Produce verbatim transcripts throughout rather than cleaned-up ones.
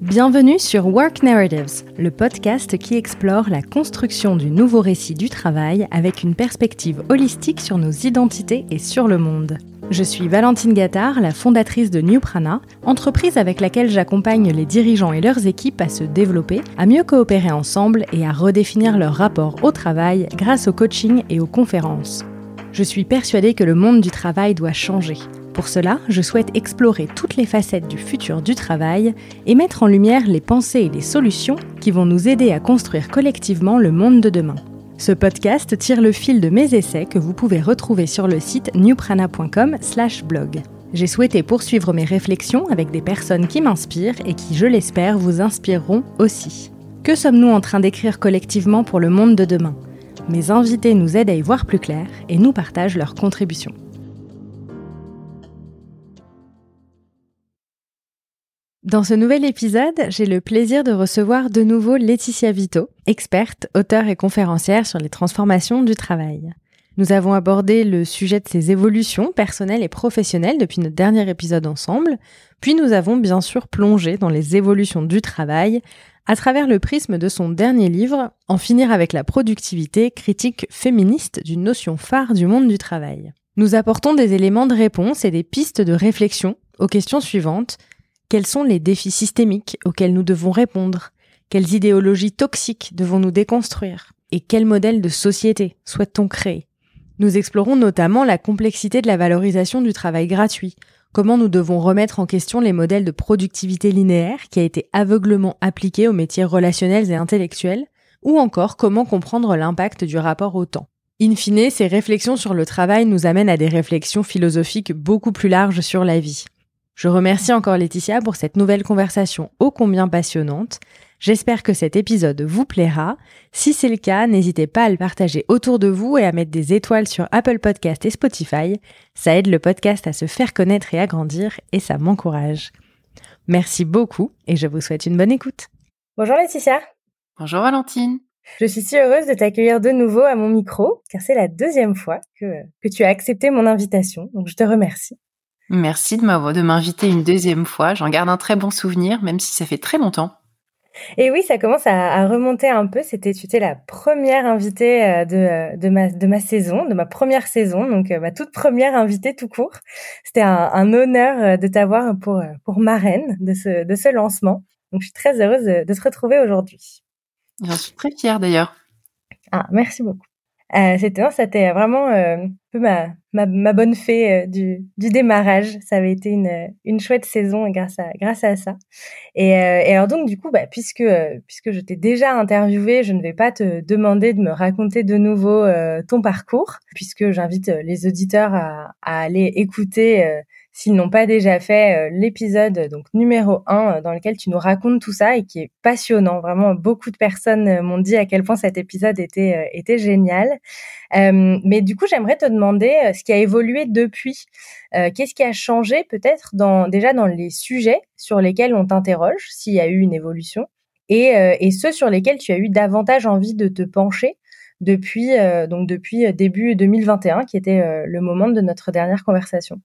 Bienvenue sur Work Narratives, le podcast qui explore la construction du nouveau récit du travail avec une perspective holistique sur nos identités et sur le monde. Je suis Valentine Gattard, la fondatrice de New Prana, entreprise avec laquelle j'accompagne les dirigeants et leurs équipes à se développer, à mieux coopérer ensemble et à redéfinir leur rapport au travail grâce au coaching et aux conférences. Je suis persuadée que le monde du travail doit changer. Pour cela, je souhaite explorer toutes les facettes du futur du travail et mettre en lumière les pensées et les solutions qui vont nous aider à construire collectivement le monde de demain. Ce podcast tire le fil de mes essais que vous pouvez retrouver sur le site newprana point com slash blog. J'ai souhaité poursuivre mes réflexions avec des personnes qui m'inspirent et qui, je l'espère, vous inspireront aussi. Que sommes-nous en train d'écrire collectivement pour le monde de demain ? Mes invités nous aident à y voir plus clair et nous partagent leurs contributions. Dans ce nouvel épisode, j'ai le plaisir de recevoir de nouveau Laetitia Vito, experte, auteure et conférencière sur les transformations du travail. Nous avons abordé le sujet de ses évolutions personnelles et professionnelles depuis notre dernier épisode ensemble, puis nous avons bien sûr plongé dans les évolutions du travail à travers le prisme de son dernier livre, En finir avec la productivité, critique féministe d'une notion phare du monde du travail. Nous apportons des éléments de réponse et des pistes de réflexion aux questions suivantes. Quels sont les défis systémiques auxquels nous devons répondre ? Quelles idéologies toxiques devons-nous déconstruire ? Et quel modèle de société souhaite-t-on créer ? Nous explorons notamment la complexité de la valorisation du travail gratuit, comment nous devons remettre en question les modèles de productivité linéaire qui a été aveuglement appliqué aux métiers relationnels et intellectuels, ou encore comment comprendre l'impact du rapport au temps. In fine, ces réflexions sur le travail nous amènent à des réflexions philosophiques beaucoup plus larges sur la vie. Je remercie encore Laetitia pour cette nouvelle conversation ô combien passionnante. J'espère que cet épisode vous plaira. Si c'est le cas, n'hésitez pas à le partager autour de vous et à mettre des étoiles sur Apple Podcasts et Spotify. Ça aide le podcast à se faire connaître et à grandir et ça m'encourage. Merci beaucoup et je vous souhaite une bonne écoute. Bonjour Laetitia. Bonjour Valentine. Je suis si heureuse de t'accueillir de nouveau à mon micro car c'est la deuxième fois que, que tu as accepté mon invitation, donc je te remercie. Merci de m'avoir, de m'inviter une deuxième fois. J'en garde un très bon souvenir, même si ça fait très longtemps. Et oui, ça commence à, à remonter un peu. C'était, tu étais la première invitée de, de ma, de ma saison, de ma première saison, donc ma toute première invitée tout court. C'était un, un honneur de t'avoir pour, pour marraine de ce, de ce lancement. Donc, je suis très heureuse de, de te retrouver aujourd'hui. J'en suis très fière d'ailleurs. Ah, merci beaucoup. Euh, c'était, non, c'était vraiment euh, un peu ma, ma, ma bonne fée euh, du, du démarrage. Ça avait été une, une chouette saison grâce à, grâce à ça. Et, euh, et alors donc, du coup, bah, puisque, euh, puisque je t'ai déjà interviewé, je ne vais pas te demander de me raconter de nouveau euh, ton parcours, puisque j'invite les auditeurs à, à aller écouter, euh, s'ils n'ont pas déjà fait, euh, l'épisode donc numéro un euh, dans lequel tu nous racontes tout ça et qui est passionnant. Vraiment, beaucoup de personnes euh, m'ont dit à quel point cet épisode était, euh, était génial. Euh, mais du coup, j'aimerais te demander euh, ce qui a évolué depuis. Euh, qu'est-ce qui a changé peut-être dans, déjà dans les sujets sur lesquels on t'interroge, s'il y a eu une évolution, et, euh, et ceux sur lesquels tu as eu davantage envie de te pencher depuis, euh, donc depuis début deux mille vingt et un, qui était euh, le moment de notre dernière conversation.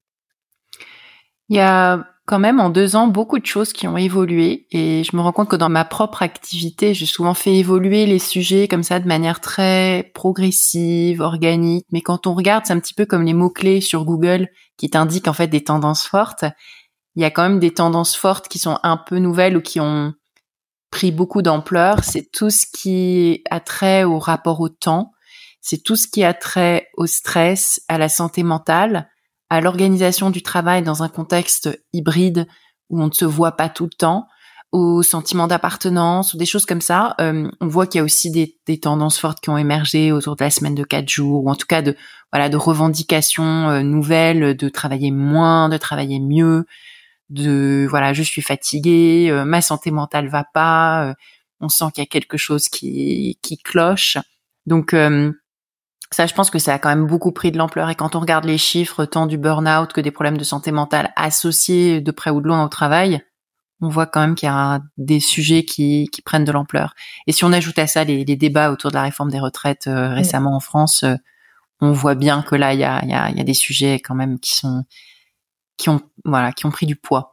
Il y a quand même en deux ans beaucoup de choses qui ont évolué et je me rends compte que dans ma propre activité, j'ai souvent fait évoluer les sujets comme ça de manière très progressive, organique. Mais quand on regarde, c'est un petit peu comme les mots-clés sur Google qui t'indiquent en fait des tendances fortes. Il y a quand même des tendances fortes qui sont un peu nouvelles ou qui ont pris beaucoup d'ampleur. C'est tout ce qui a trait au rapport au temps. C'est tout ce qui a trait au stress, à la santé mentale, à l'organisation du travail dans un contexte hybride où on ne se voit pas tout le temps, au sentiment d'appartenance, ou des choses comme ça. Euh, on voit qu'il y a aussi des, des tendances fortes qui ont émergé autour de la semaine de quatre jours, ou en tout cas de voilà de revendications euh, nouvelles, de travailler moins, de travailler mieux, de voilà je suis fatiguée, euh, ma santé mentale va pas, euh, on sent qu'il y a quelque chose qui qui cloche. Donc euh, ça, je pense que ça a quand même beaucoup pris de l'ampleur. Et quand on regarde les chiffres, tant du burn-out que des problèmes de santé mentale associés de près ou de loin au travail, on voit quand même qu'il y a des sujets qui, qui prennent de l'ampleur. Et si on ajoute à ça les, les débats autour de la réforme des retraites euh, récemment en France, euh, on voit bien que là, il y a, il y a, il y a des sujets quand même qui sont, qui ont, voilà, qui ont pris du poids.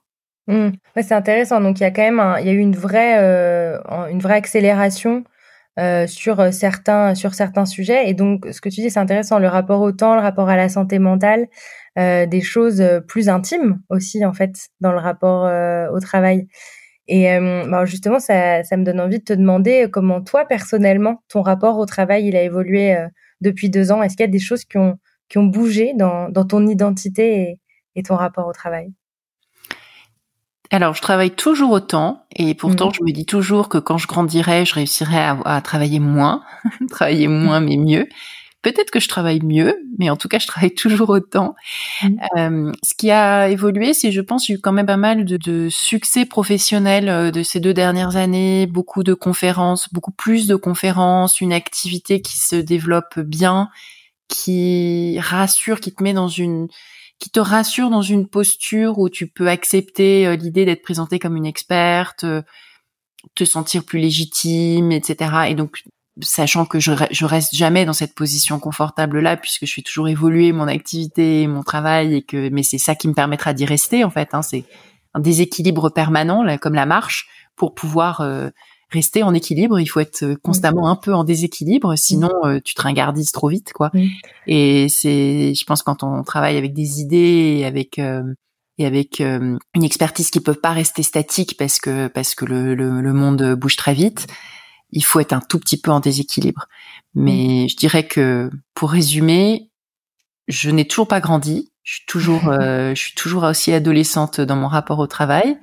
Mmh. Ouais, c'est intéressant. Donc il y a quand même un il y a eu une vraie, heu, en une vraie accélération, heu, sur, heu, certains sur certains sujets et donc ce que tu dis, c'est intéressant, le rapport au temps, le rapport à la santé mentale, heu, des choses, heu, plus intimes aussi, en fait, dans le rapport, heu, au travail et hem, bah, justement, ça ça me donne envie de te demander, comment toi, personnellement, ton rapport au travail, il a évolué, heu, depuis deux ans? Est-ce qu'il y a des choses qui ont qui ont bougé dans dans ton identité et et ton rapport au travail? Alors, je travaille toujours autant et pourtant, Mmh. je me dis toujours que quand je grandirai, je réussirai à, à travailler moins, travailler Mmh. moins mais mieux. Peut-être que je travaille mieux, mais en tout cas, je travaille toujours autant. Mmh. Euh, ce qui a évolué, c'est, je pense, j'ai eu quand même pas mal de, de succès professionnels euh, de ces deux dernières années, beaucoup de conférences, beaucoup plus de conférences, une activité qui se développe bien, qui rassure, qui te met dans une, qui te rassure dans une posture où tu peux accepter euh, l'idée d'être présentée comme une experte, euh, te sentir plus légitime, et cetera. Et donc, sachant que je, je reste jamais dans cette position confortable là, puisque je suis toujours évoluer mon activité, mon travail, et que, mais c'est ça qui me permettra d'y rester en fait. Hein, c'est un déséquilibre permanent, là, comme la marche, pour pouvoir euh, rester en équilibre. Il faut être Mmh. constamment un peu en déséquilibre, Mmh. sinon euh, tu te ringardises trop vite, quoi. Mmh. Et c'est, je pense, quand on travaille avec des idées et avec euh, et avec euh, une expertise qui peut pas rester statique parce que parce que le, le, le monde bouge très vite, il faut être un tout petit peu en déséquilibre. Mmh. Mais je dirais que pour résumer, je n'ai toujours pas grandi. Je suis toujours euh, je suis toujours aussi adolescente dans mon rapport au travail,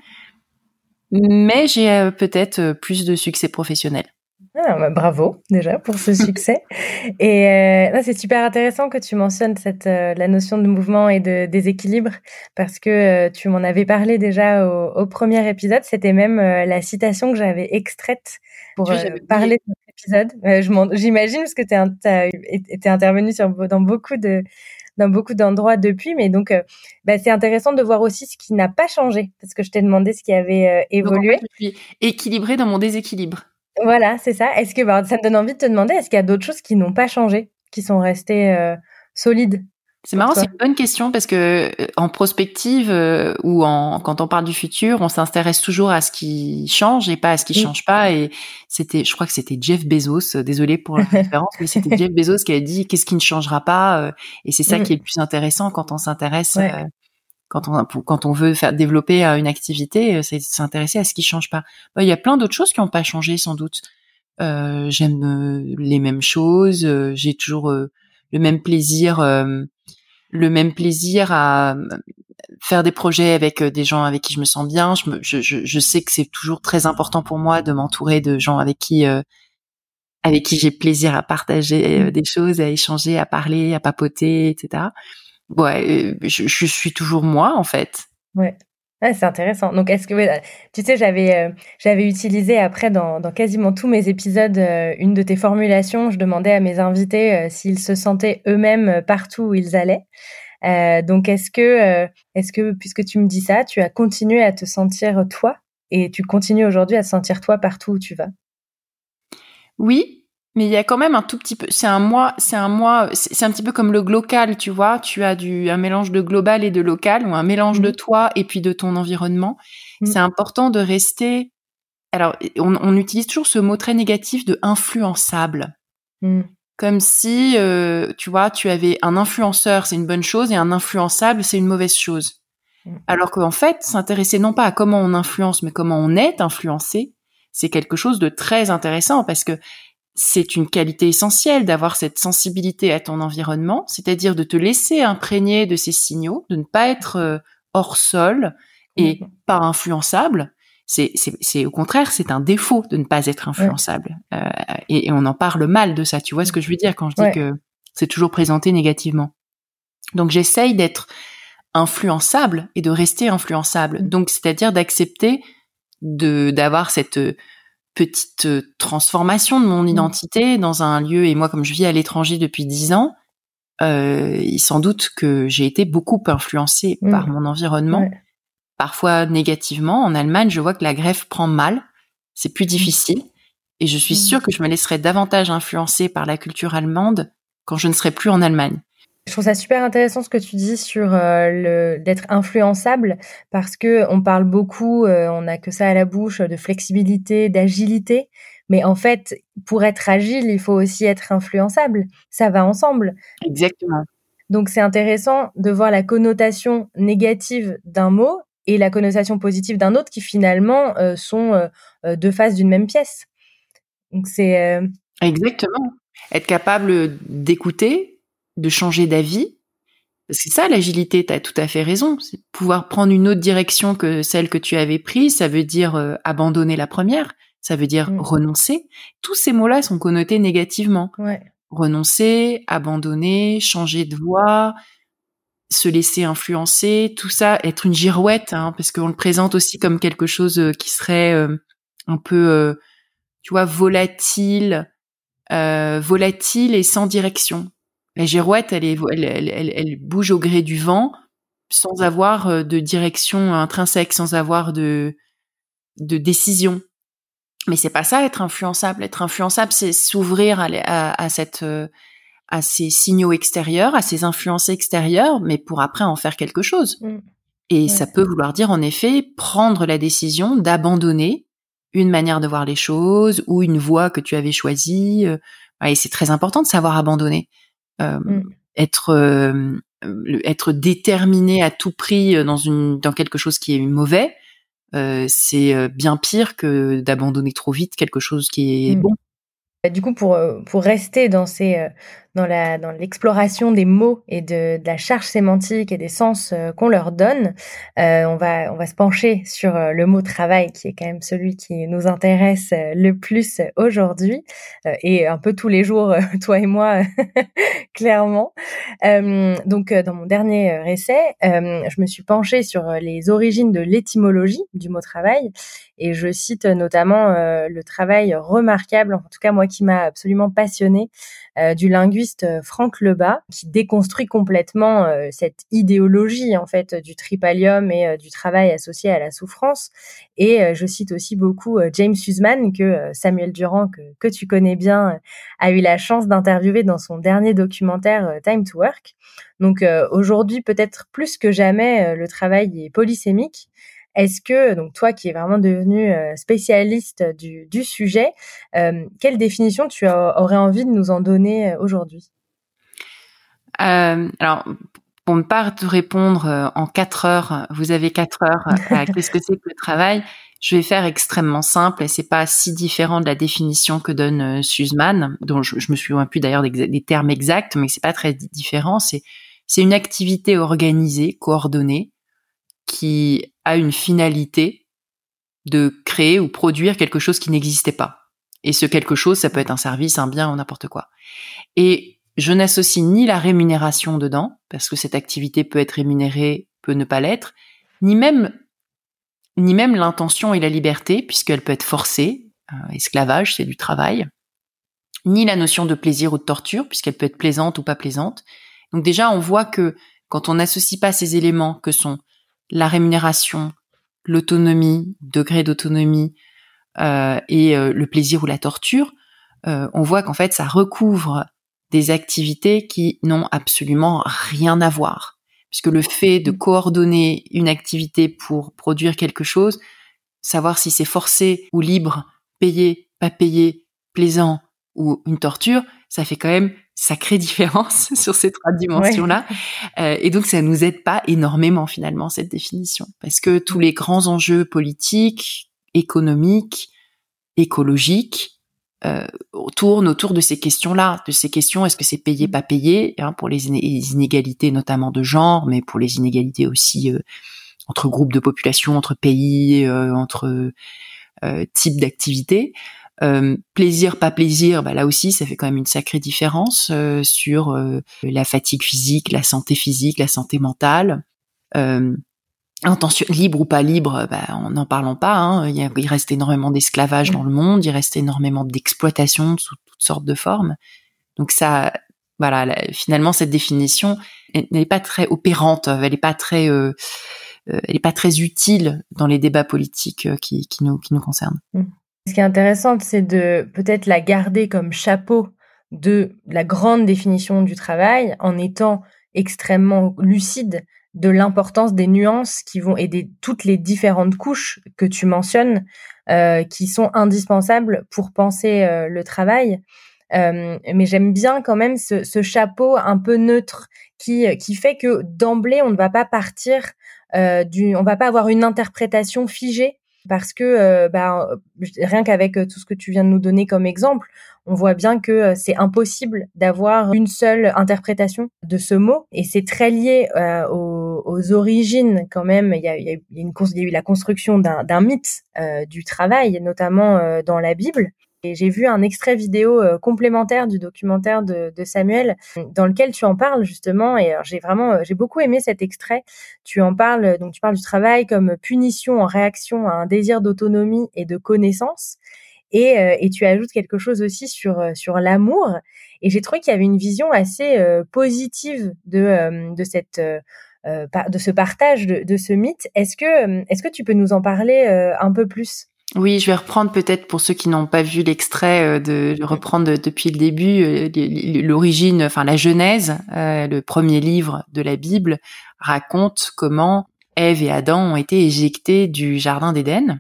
mais j'ai euh, peut-être euh, plus de succès professionnel. Ah, bah, bravo déjà pour ce succès et heu, non, c'est super intéressant que tu mentionnes cette, heu, la notion de mouvement et de déséquilibre parce que, heu, tu m'en avais parlé déjà au au premier épisode. C'était même, heu, la citation que j'avais extraite pour, Tu vois, heu, j'avais oublié. parler de notre épisode. Heu, je m'en j'imagine parce que tu es tu as été intervenue sur dans beaucoup de dans beaucoup d'endroits depuis, mais donc, heu, bah, c'est intéressant de voir aussi ce qui n'a pas changé parce que je t'ai demandé ce qui avait, heu, Donc en fait, évolué. je suis équilibrée dans mon déséquilibre. Voilà, c'est ça. Est-ce que bah, ça me donne envie de te demander, est-ce qu'il y a d'autres choses qui n'ont pas changé, qui sont restées, heu, solides C'est pour marrant, c'est toi? une bonne question parce que euh, en prospective euh, ou en quand on parle du futur, on s'intéresse toujours à ce qui change et pas à ce qui Mmh. change pas. Et c'était, je crois que c'était Jeff Bezos, euh, désolé pour la référence, mais c'était Jeff Bezos qui a dit qu'est-ce qui ne changera pas. euh, Et c'est ça qui est Mmh. le plus intéressant quand on s'intéresse, Ouais. euh, quand on quand on veut faire développer euh, une activité, euh, c'est de s'intéresser à ce qui change pas. Bah, il y a plein d'autres choses qui n'ont pas changé sans doute. Euh, j'aime euh, les mêmes choses, euh, j'ai toujours euh, le même plaisir. euh, le même plaisir à faire des projets avec des gens avec qui je me sens bien. Je, me, je, je, je sais que c'est toujours très important pour moi de m'entourer de gens avec qui euh, avec qui j'ai plaisir à partager Mmh. euh, des choses, à échanger, à parler, à papoter, et cetera. Ouais, euh, je, je suis toujours moi en fait. Ouais. Ouais, c'est intéressant. Donc est-ce que ouais, heu, tu sais, j'avais, heu, j'avais utilisé après dans dans quasiment tous mes épisodes, heu, une de tes formulations. Je demandais à mes invités, heu, s'ils se sentaient eux-mêmes, heu, partout où ils allaient. Heu, donc est-ce que, heu, est-ce que puisque tu me dis ça, tu as continué à te sentir toi et tu continues aujourd'hui à te sentir toi partout où tu vas? Oui, mais il y a quand même un tout petit peu. C'est un moi, c'est un moi. C'est c'est un petit peu comme le glocal, tu vois. Tu as du un mélange de global et de local, ou un mélange de Mmh. toi et puis de ton environnement. Mmh. C'est important de rester. Alors, on, on utilise toujours ce mot très négatif de influençable, Mmh. comme si, euh, tu vois, tu avais un influenceur, c'est une bonne chose, et un influençable, c'est une mauvaise chose. Mmh. Alors qu'en fait, s'intéresser non pas à comment on influence, mais comment on est influencé, c'est quelque chose de très intéressant parce que c'est une qualité essentielle d'avoir cette sensibilité à ton environnement, c'est-à-dire de te laisser imprégner de ces signaux, de ne pas être euh, hors sol et Complètement. pas influençable. C'est, c'est, c'est au contraire, c'est un défaut de ne pas être Ouais. influençable. Euh, et, et on en parle mal de ça. Tu vois ce Mmh. que je veux dire quand je dis Ouais. que c'est toujours présenté négativement. Donc j'essaye d'être influençable et de rester influençable. Mmh. Donc c'est-à-dire d'accepter de d'avoir cette petite transformation de mon Mmh. identité dans un lieu. Et moi, comme je vis à l'étranger depuis dix ans, euh, il sans doute que j'ai été beaucoup influencée par Mmh. mon environnement, Ouais. parfois négativement. En Allemagne, je vois que la greffe prend mal, c'est plus Mmh. difficile, et je suis Mmh. sûre que je me laisserai davantage influencer par la culture allemande quand je ne serai plus en Allemagne. Je trouve ça super intéressant ce que tu dis sur euh, le d'être influençable parce que on parle beaucoup, euh, on n'a que ça à la bouche, de flexibilité, d'agilité, mais en fait, pour être agile, il faut aussi être influençable. Ça va ensemble. Exactement. Donc c'est intéressant de voir la connotation négative d'un mot et la connotation positive d'un autre qui finalement euh, sont euh, euh, deux faces d'une même pièce. Donc c'est euh, Exactement. Être capable d'écouter, de changer d'avis. C'est ça l'agilité, tu as tout à fait raison. C'est pouvoir prendre une autre direction que celle que tu avais prise, ça veut dire euh, abandonner la première, ça veut dire mm, renoncer. Tous ces mots-là sont connotés négativement. ouais, Renoncer, abandonner, changer de voie, se laisser influencer, tout ça, être une girouette, hein, parce qu'on le présente aussi comme quelque chose euh, qui serait euh, un peu, euh, tu vois, volatile, euh, volatile et sans direction. La girouette, elle, est, elle, elle, elle, elle bouge au gré du vent, sans avoir euh, de direction intrinsèque, sans avoir de, de décision. Mais c'est pas ça être influençable. Être influençable, c'est s'ouvrir à, à, à cette euh, à ces signaux extérieurs, à ces influences extérieures, mais pour après en faire quelque chose. mm, Et ouais. ça peut vouloir dire en effet prendre la décision d'abandonner une manière de voir les choses ou une voie que tu avais choisie. Et c'est très important de savoir abandonner. Euh, mm. être euh, être déterminé à tout prix dans une dans quelque chose qui est mauvais, euh, c'est bien pire que d'abandonner trop vite quelque chose qui est Mm. bon. Du coup, pour, heu, pour rester dans ces, heu, dans la dans l'exploration des mots et de de la charge sémantique et des sens, heu, qu'on leur donne, heu, on va on va se pencher sur, heu, le mot «travail» qui est quand même celui qui nous intéresse, heu, le plus aujourd'hui, heu, et un peu tous les jours, heu, toi et moi, clairement. Hem, donc, heu, dans mon dernier, heu, essai, hem, je me suis penchée sur, heu, les origines de l'étymologie du mot «travail» et je cite notamment, heu, le travail remarquable, en tout cas moi qui m'a absolument passionnée, heu, du linguiste Franck Lebas, qui déconstruit complètement, heu, cette idéologie en fait du tripalium et heu, du travail associé à la souffrance. Et heu, je cite aussi beaucoup, heu, James Huseman que, heu, Samuel Durand, que que tu connais bien, heu, a eu la chance d'interviewer dans son dernier documentaire, heu, Time to Work. Donc heu, aujourd'hui, peut-être plus que jamais, heu, le travail est polysémique. Est-ce que, donc toi qui es vraiment devenu euh, spécialiste du, du sujet, euh, quelle définition tu as, aurais envie de nous en donner euh, aujourd'hui? Euh, alors, pour ne pas te répondre euh, en quatre heures, vous avez quatre heures à qu'est-ce que c'est que le travail, je vais faire extrêmement simple et c'est pas si différent de la définition que donne euh, Sussman, dont je, je me souviens plus d'ailleurs des, des termes exacts, mais c'est pas très différent. C'est c'est une activité organisée, coordonnée, qui a une finalité de créer ou produire quelque chose qui n'existait pas. Et ce quelque chose, ça peut être un service, un bien ou n'importe quoi. Et je n'associe ni la rémunération dedans, parce que cette activité peut être rémunérée, peut ne pas l'être, ni même, ni même l'intention et la liberté, puisqu'elle peut être forcée, euh, esclavage, c'est du travail, ni la notion de plaisir ou de torture, puisqu'elle peut être plaisante ou pas plaisante. Donc déjà, on voit que quand on n'associe pas ces éléments que sont la rémunération, l'autonomie, degré d'autonomie euh, et euh, le plaisir ou la torture, euh, on voit qu'en fait, ça recouvre des activités qui n'ont absolument rien à voir. Puisque le fait de coordonner une activité pour produire quelque chose, savoir si c'est forcé ou libre, payé, pas payé, plaisant ou une torture, ça fait quand même sacrée différence sur ces trois Ouais. dimensions-là. Euh, et donc, ça nous aide pas énormément finalement, cette définition. Parce que tous les grands enjeux politiques, économiques, écologiques, euh, tournent autour de ces questions-là, de ces questions, est-ce que c'est payé, pas payé, hein, pour les, iné- les inégalités notamment de genre, mais pour les inégalités aussi euh, entre groupes de population, entre pays, euh, entre euh, types d'activités. Euh, plaisir, pas plaisir, bah là aussi, ça fait quand même une sacrée différence euh, sur euh, la fatigue physique, la santé physique, la santé mentale. Euh, Intention libre ou pas libre, bah, en n'en parlons pas. Hein. Il, y a, il reste énormément d'esclavage dans le monde, il reste énormément d'exploitation sous toutes sortes de formes. Donc ça, voilà, la, finalement cette définition, elle n'est pas très opérante, elle n'est pas très, euh, euh, elle n'est pas très utile dans les débats politiques euh, qui, qui nous qui nous concernent. Ce qui est intéressant, c'est de peut-être la garder comme chapeau de la grande définition du travail en étant extrêmement lucide de l'importance des nuances qui vont et des toutes les différentes couches que tu mentionnes, euh, qui sont indispensables pour penser euh, le travail. Euh, mais j'aime bien quand même ce, ce chapeau un peu neutre qui qui fait que d'emblée on ne va pas partir euh, du, on va pas avoir une interprétation figée parce que euh, bah, rien qu'avec tout ce que tu viens de nous donner comme exemple, on voit bien que c'est impossible d'avoir une seule interprétation de ce mot et c'est très lié euh, aux, aux origines quand même. Il y a, il y a, une, il y a eu la construction d'un, d'un mythe euh, du travail, notamment euh, dans la Bible. Et j'ai vu un extrait vidéo euh, complémentaire du documentaire de, de Samuel dans lequel tu en parles justement. Et alors, j'ai vraiment, euh, j'ai beaucoup aimé cet extrait. Tu en parles, donc tu parles du travail comme punition en réaction à un désir d'autonomie et de connaissance. Et, euh, et tu ajoutes quelque chose aussi sur sur l'amour. Et j'ai trouvé qu'il y avait une vision assez euh, positive de euh, de cette euh, de ce partage de, de ce mythe. Est-ce que est-ce que tu peux nous en parler euh, un peu plus? Oui, je vais reprendre peut-être pour ceux qui n'ont pas vu l'extrait, euh, de, de reprendre de, depuis le début euh, l'origine, enfin la Genèse, euh, le premier livre de la Bible raconte comment Ève et Adam ont été éjectés du jardin d'Éden.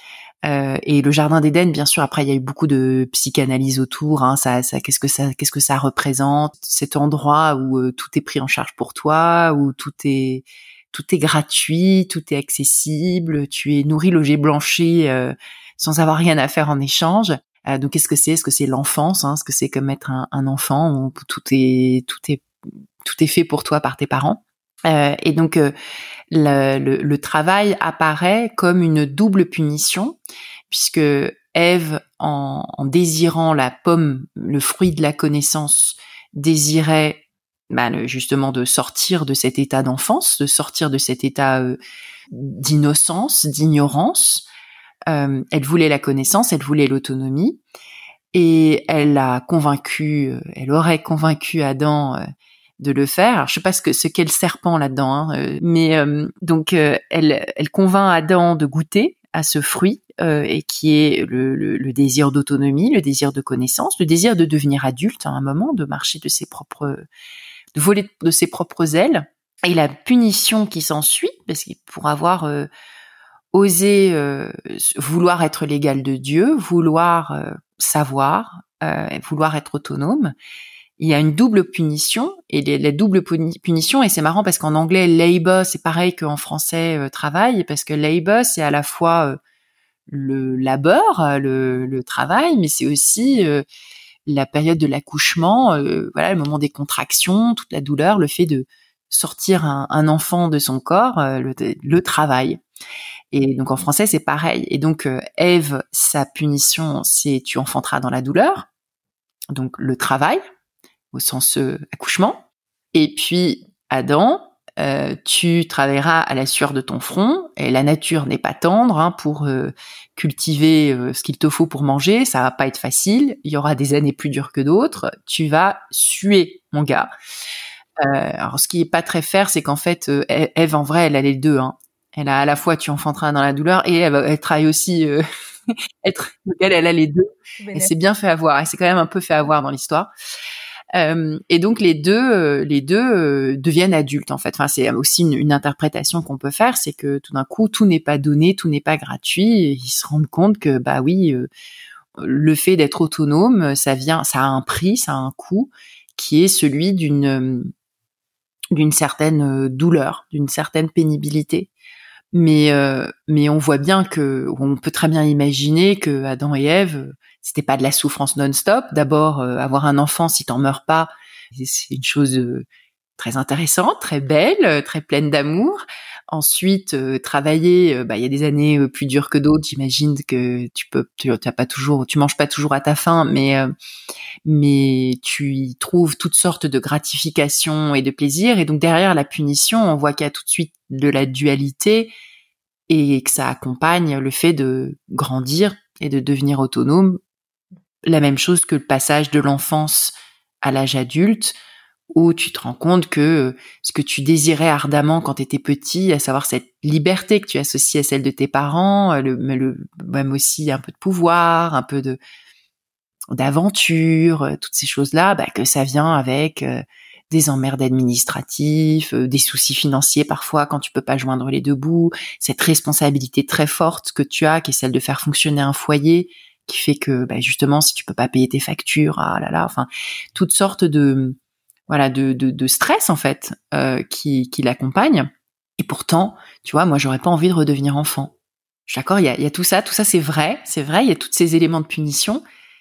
Euh, et le jardin d'Éden, bien sûr, après il y a eu beaucoup de psychanalyse autour. Hein, ça, ça, qu'est-ce que ça, qu'est-ce que ça représente, cet endroit où euh, tout est pris en charge pour toi, où tout est tout est gratuit, tout est accessible, tu es nourri, logé, blanchi, euh, sans avoir rien à faire en échange. Euh, donc, qu'est-ce que c'est? Est-ce que c'est l'enfance? Hein, est-ce que c'est comme être un, un enfant où tout est tout est tout est fait pour toi par tes parents? Euh, et donc, euh, le, le, le travail apparaît comme une double punition, puisque Ève, en, en désirant la pomme, le fruit de la connaissance, désirait bah, le, justement de sortir de cet état d'enfance, de sortir de cet état euh, d'innocence, d'ignorance. Euh, elle voulait la connaissance, elle voulait l'autonomie, et elle a convaincu, elle aurait convaincu Adam euh, de le faire. Alors, je sais pas ce que ce qu'est le serpent là-dedans, hein, euh, mais euh, donc euh, elle elle convainc Adam de goûter à ce fruit euh, et qui est le, le, le désir d'autonomie, le désir de connaissance, le désir de devenir adulte à un moment, de marcher de ses propres, de voler de ses propres ailes, et la punition qui s'ensuit, parce que pour avoir euh, osé euh, vouloir être l'égal de Dieu, vouloir euh, savoir, euh, vouloir être autonome, il y a une double punition, et les, la double punition, et c'est marrant parce qu'en anglais, labor, c'est pareil qu'en français, euh, travail, parce que labor, c'est à la fois euh, le labeur, le, le travail, mais c'est aussi euh, la période de l'accouchement, euh, voilà, le moment des contractions, toute la douleur, le fait de sortir un, un enfant de son corps, euh, le, le travail. Et donc en français, c'est pareil. Et donc euh, Ève, sa punition, c'est tu enfanteras dans la douleur, donc le travail, au sens euh, accouchement. Et puis, Adam, euh, tu travailleras à la sueur de ton front, et la nature n'est pas tendre hein, pour euh, cultiver euh, ce qu'il te faut pour manger, ça va pas être facile, il y aura des années plus dures que d'autres, tu vas suer, mon gars. Euh, alors, ce qui est pas très fair, c'est qu'en fait, euh, Ève, en vrai, elle a les deux. Hein. Elle a à la fois tu enfanteras dans la douleur, et elle, elle travaille aussi... Euh, être, elle, elle a les deux. Elle s'est bien fait avoir, elle s'est quand même un peu fait avoir dans l'histoire. Euh, et donc les deux, euh, les deux euh, deviennent adultes en fait. Enfin, c'est aussi une, une interprétation qu'on peut faire, c'est que tout d'un coup, tout n'est pas donné, tout n'est pas gratuit. Et ils se rendent compte que bah oui, euh, le fait d'être autonome, ça vient, ça a un prix, ça a un coût, qui est celui d'une d'une certaine douleur, d'une certaine pénibilité. Mais euh, mais on voit bien que on peut très bien imaginer que Adam et Ève, c'était pas de la souffrance non-stop. D'abord, euh, avoir un enfant, si t'en meurs pas, c'est une chose euh, très intéressante, très belle, très pleine d'amour. Ensuite, euh, travailler, euh, bah il y a des années euh, plus dures que d'autres. J'imagine que tu peux, tu as pas toujours, tu manges pas toujours à ta faim, mais euh, mais tu y trouves toutes sortes de gratifications et de plaisir. Et donc derrière la punition, on voit qu'il y a tout de suite de la dualité et que ça accompagne le fait de grandir et de devenir autonome. La même chose que le passage de l'enfance à l'âge adulte, où tu te rends compte que ce que tu désirais ardemment quand tu étais petit, à savoir cette liberté que tu associes à celle de tes parents, le, le, même aussi un peu de pouvoir, un peu de d'aventure, euh, toutes ces choses-là, bah, que ça vient avec euh, des emmerdes administratifs, euh, des soucis financiers parfois quand tu peux pas joindre les deux bouts, cette responsabilité très forte que tu as, qui est celle de faire fonctionner un foyer, qui fait que bah, justement si tu peux pas payer tes factures, ah là là, enfin toutes sortes de voilà de de, de stress en fait euh, qui qui l'accompagnent. Et pourtant, tu vois, moi j'aurais pas envie de redevenir enfant. Je suis d'accord, il y a, il y a tout ça, tout ça c'est vrai, c'est vrai, il y a tous ces éléments de punition,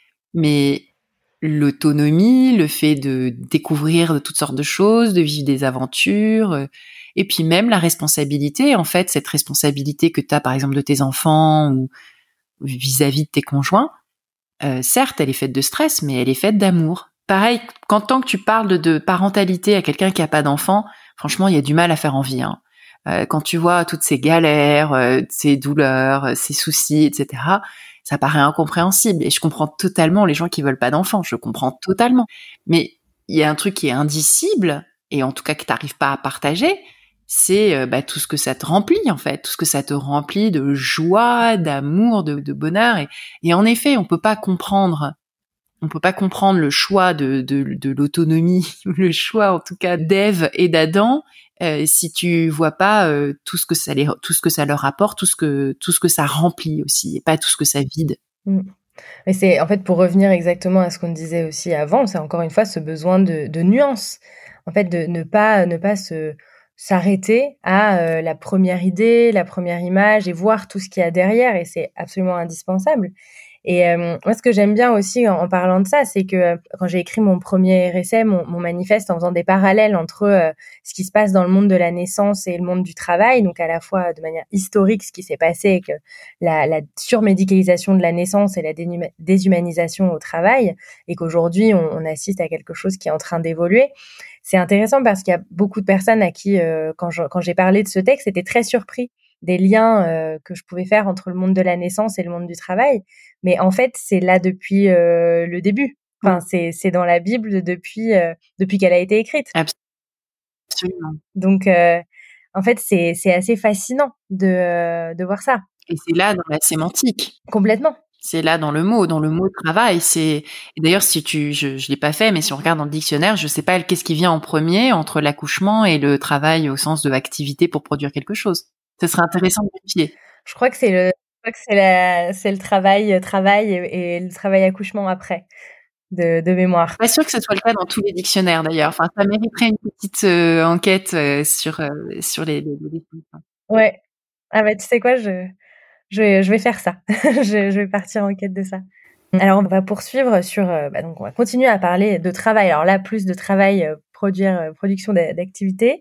mais l'autonomie, le fait de découvrir de toutes sortes de choses, de vivre des aventures, euh, et puis même la responsabilité, en fait, cette responsabilité que tu as par exemple de tes enfants ou vis-à-vis de tes conjoints, euh, certes, elle est faite de stress, mais elle est faite d'amour. Pareil, quand tant que tu parles de, de parentalité à quelqu'un qui a pas d'enfant, franchement, il y a du mal à faire envie, hein. Euh, quand tu vois toutes ces galères, euh, ces douleurs, euh, ces soucis, et cetera, ça paraît incompréhensible. Et je comprends totalement les gens qui veulent pas d'enfants. Je comprends totalement. Mais il y a un truc qui est indicible, et en tout cas que t'arrives pas à partager, c'est euh, bah, tout ce que ça te remplit, en fait. Tout ce que ça te remplit de joie, d'amour, de, de bonheur. Et, et en effet, on peut pas comprendre on peut pas comprendre le choix de, de, de l'autonomie, le choix en tout cas d'Ève et d'Adam, euh, si tu vois pas euh, tout ce que ça les, tout ce que ça leur apporte, tout ce que tout ce que ça remplit aussi, et pas tout ce que ça vide. Mmh. Mais c'est en fait pour revenir exactement à ce qu'on disait aussi avant, c'est encore une fois ce besoin de, de nuance, en fait de ne pas ne pas se s'arrêter à euh, la première idée, la première image et voir tout ce qu'il y a derrière, et c'est absolument indispensable. Et euh, moi, ce que j'aime bien aussi en, en parlant de ça, c'est que euh, quand j'ai écrit mon premier essai, mon, mon manifeste, en faisant des parallèles entre euh, ce qui se passe dans le monde de la naissance et le monde du travail, donc à la fois de manière historique, ce qui s'est passé avec euh, la, la surmédicalisation de la naissance et la dénuma- déshumanisation au travail, et qu'aujourd'hui, on, on assiste à quelque chose qui est en train d'évoluer. C'est intéressant parce qu'il y a beaucoup de personnes à qui, euh, quand, je, quand j'ai parlé de ce texte, étaient très surpris des liens euh, que je pouvais faire entre le monde de la naissance et le monde du travail. Mais en fait, c'est là depuis euh, le début. Enfin, c'est c'est dans la Bible depuis euh, depuis qu'elle a été écrite. Absolument. Donc, euh, en fait, c'est c'est assez fascinant de euh, de voir ça. Et c'est là dans la sémantique. Complètement. C'est là dans le mot, dans le mot travail. C'est et d'ailleurs si tu, je, je l'ai pas fait, mais si on regarde dans le dictionnaire, je sais pas qu'est-ce qui vient en premier entre l'accouchement et le travail au sens de activité pour produire quelque chose. Ce serait intéressant de vérifier. Je crois que c'est le, je crois que c'est la, c'est le travail, travail et, et le travail accouchement après, de, de mémoire. Pas sûr que ce soit le cas dans tous les dictionnaires d'ailleurs. Enfin, ça mériterait une petite euh, enquête euh, sur euh, sur les, les, les... Ouais. Ah bah tu sais quoi, je je vais je vais faire ça. je, je vais partir en quête de ça. Alors on va poursuivre sur, euh, bah donc on va continuer à parler de travail. Alors là, plus de travail, euh, produire, euh, production d'activités.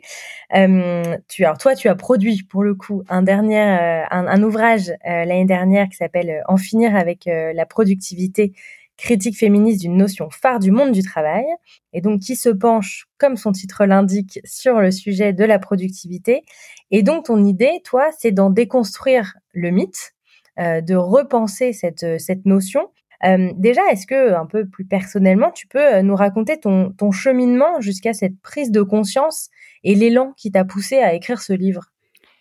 Euh, tu, alors toi, tu as produit pour le coup un dernier, euh, un, un ouvrage euh, l'année dernière qui s'appelle euh, En finir avec euh, la productivité, critique féministe d'une notion phare du monde du travail, et donc qui se penche, comme son titre l'indique, sur le sujet de la productivité. Et donc ton idée, toi, c'est d'en déconstruire le mythe, euh, de repenser cette cette notion. Euh, déjà, est-ce que, un peu plus personnellement, tu peux nous raconter ton, ton cheminement jusqu'à cette prise de conscience et l'élan qui t'a poussé à écrire ce livre?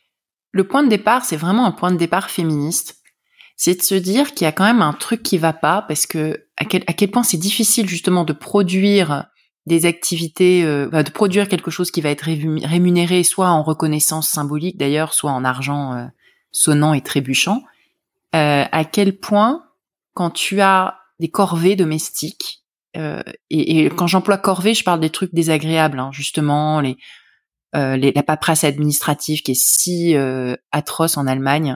Le point de départ, c'est vraiment un point de départ féministe. C'est de se dire qu'il y a quand même un truc qui va pas, parce que à quel, à quel point c'est difficile justement de produire des activités, euh, de produire quelque chose qui va être rémunéré soit en reconnaissance symbolique d'ailleurs, soit en argent euh, sonnant et trébuchant. Euh, à quel point, quand tu as des corvées domestiques, euh, et, et quand j'emploie corvée, je parle des trucs désagréables, hein, justement, les, euh, les, la paperasse administrative qui est si euh, atroce en Allemagne,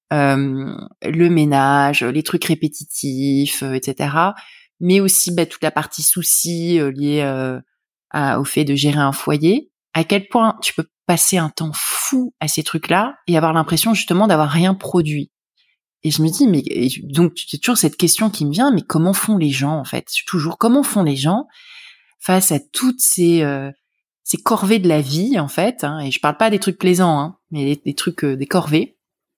euh, le ménage, les trucs répétitifs, euh, et cetera. Mais aussi bah, toute la partie soucis euh, liée euh, à, au fait de gérer un foyer. À quel point tu peux passer un temps fou à ces trucs-là et avoir l'impression justement d'avoir rien produit. Et je me dis, mais donc c'est toujours cette question qui me vient, mais comment font les gens en fait? Toujours, comment font les gens face à toutes ces euh, ces corvées de la vie en fait, hein, et je parle pas des trucs plaisants, hein, mais des, des trucs, euh, des corvées.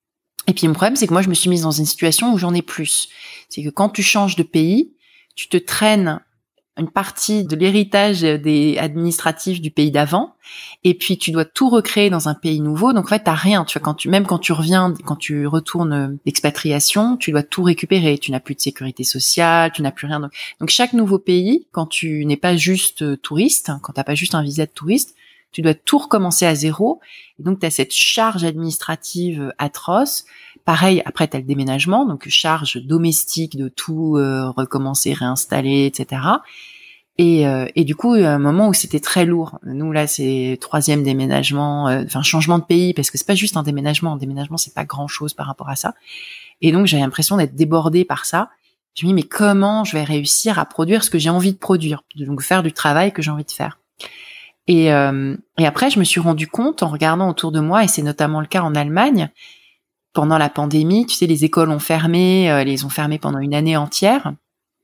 Et puis le problème, c'est que moi, je me suis mise dans une situation où j'en ai plus. C'est que quand tu changes de pays, tu te traînes une partie de l'héritage des administratifs du pays d'avant, et puis tu dois tout recréer dans un pays nouveau. Donc en fait, t'as rien. Tu vois, quand tu, même quand tu reviens, quand tu retournes d'expatriation, tu dois tout récupérer. Tu n'as plus de sécurité sociale, tu n'as plus rien. Donc, donc chaque nouveau pays, quand tu n'es pas juste touriste, quand t'as pas juste un visa de touriste, tu dois tout recommencer à zéro. Et donc, tu as cette charge administrative atroce. Pareil, après, tu as le déménagement, donc charge domestique de tout euh, recommencer, réinstaller, et cetera. Et, euh, et du coup, il y a un moment où c'était très lourd. Nous, là, c'est troisième déménagement, euh, enfin changement de pays, parce que c'est pas juste un déménagement. Un déménagement, c'est pas grand-chose par rapport à ça. Et donc, j'avais l'impression d'être débordée par ça. Je me dis, mais comment je vais réussir à produire ce que j'ai envie de produire, donc faire du travail que j'ai envie de faire. Et, euh, et après, je me suis rendu compte en regardant autour de moi, et c'est notamment le cas en Allemagne, pendant la pandémie, tu sais, les écoles ont fermé, euh, les ont fermées pendant une année entière.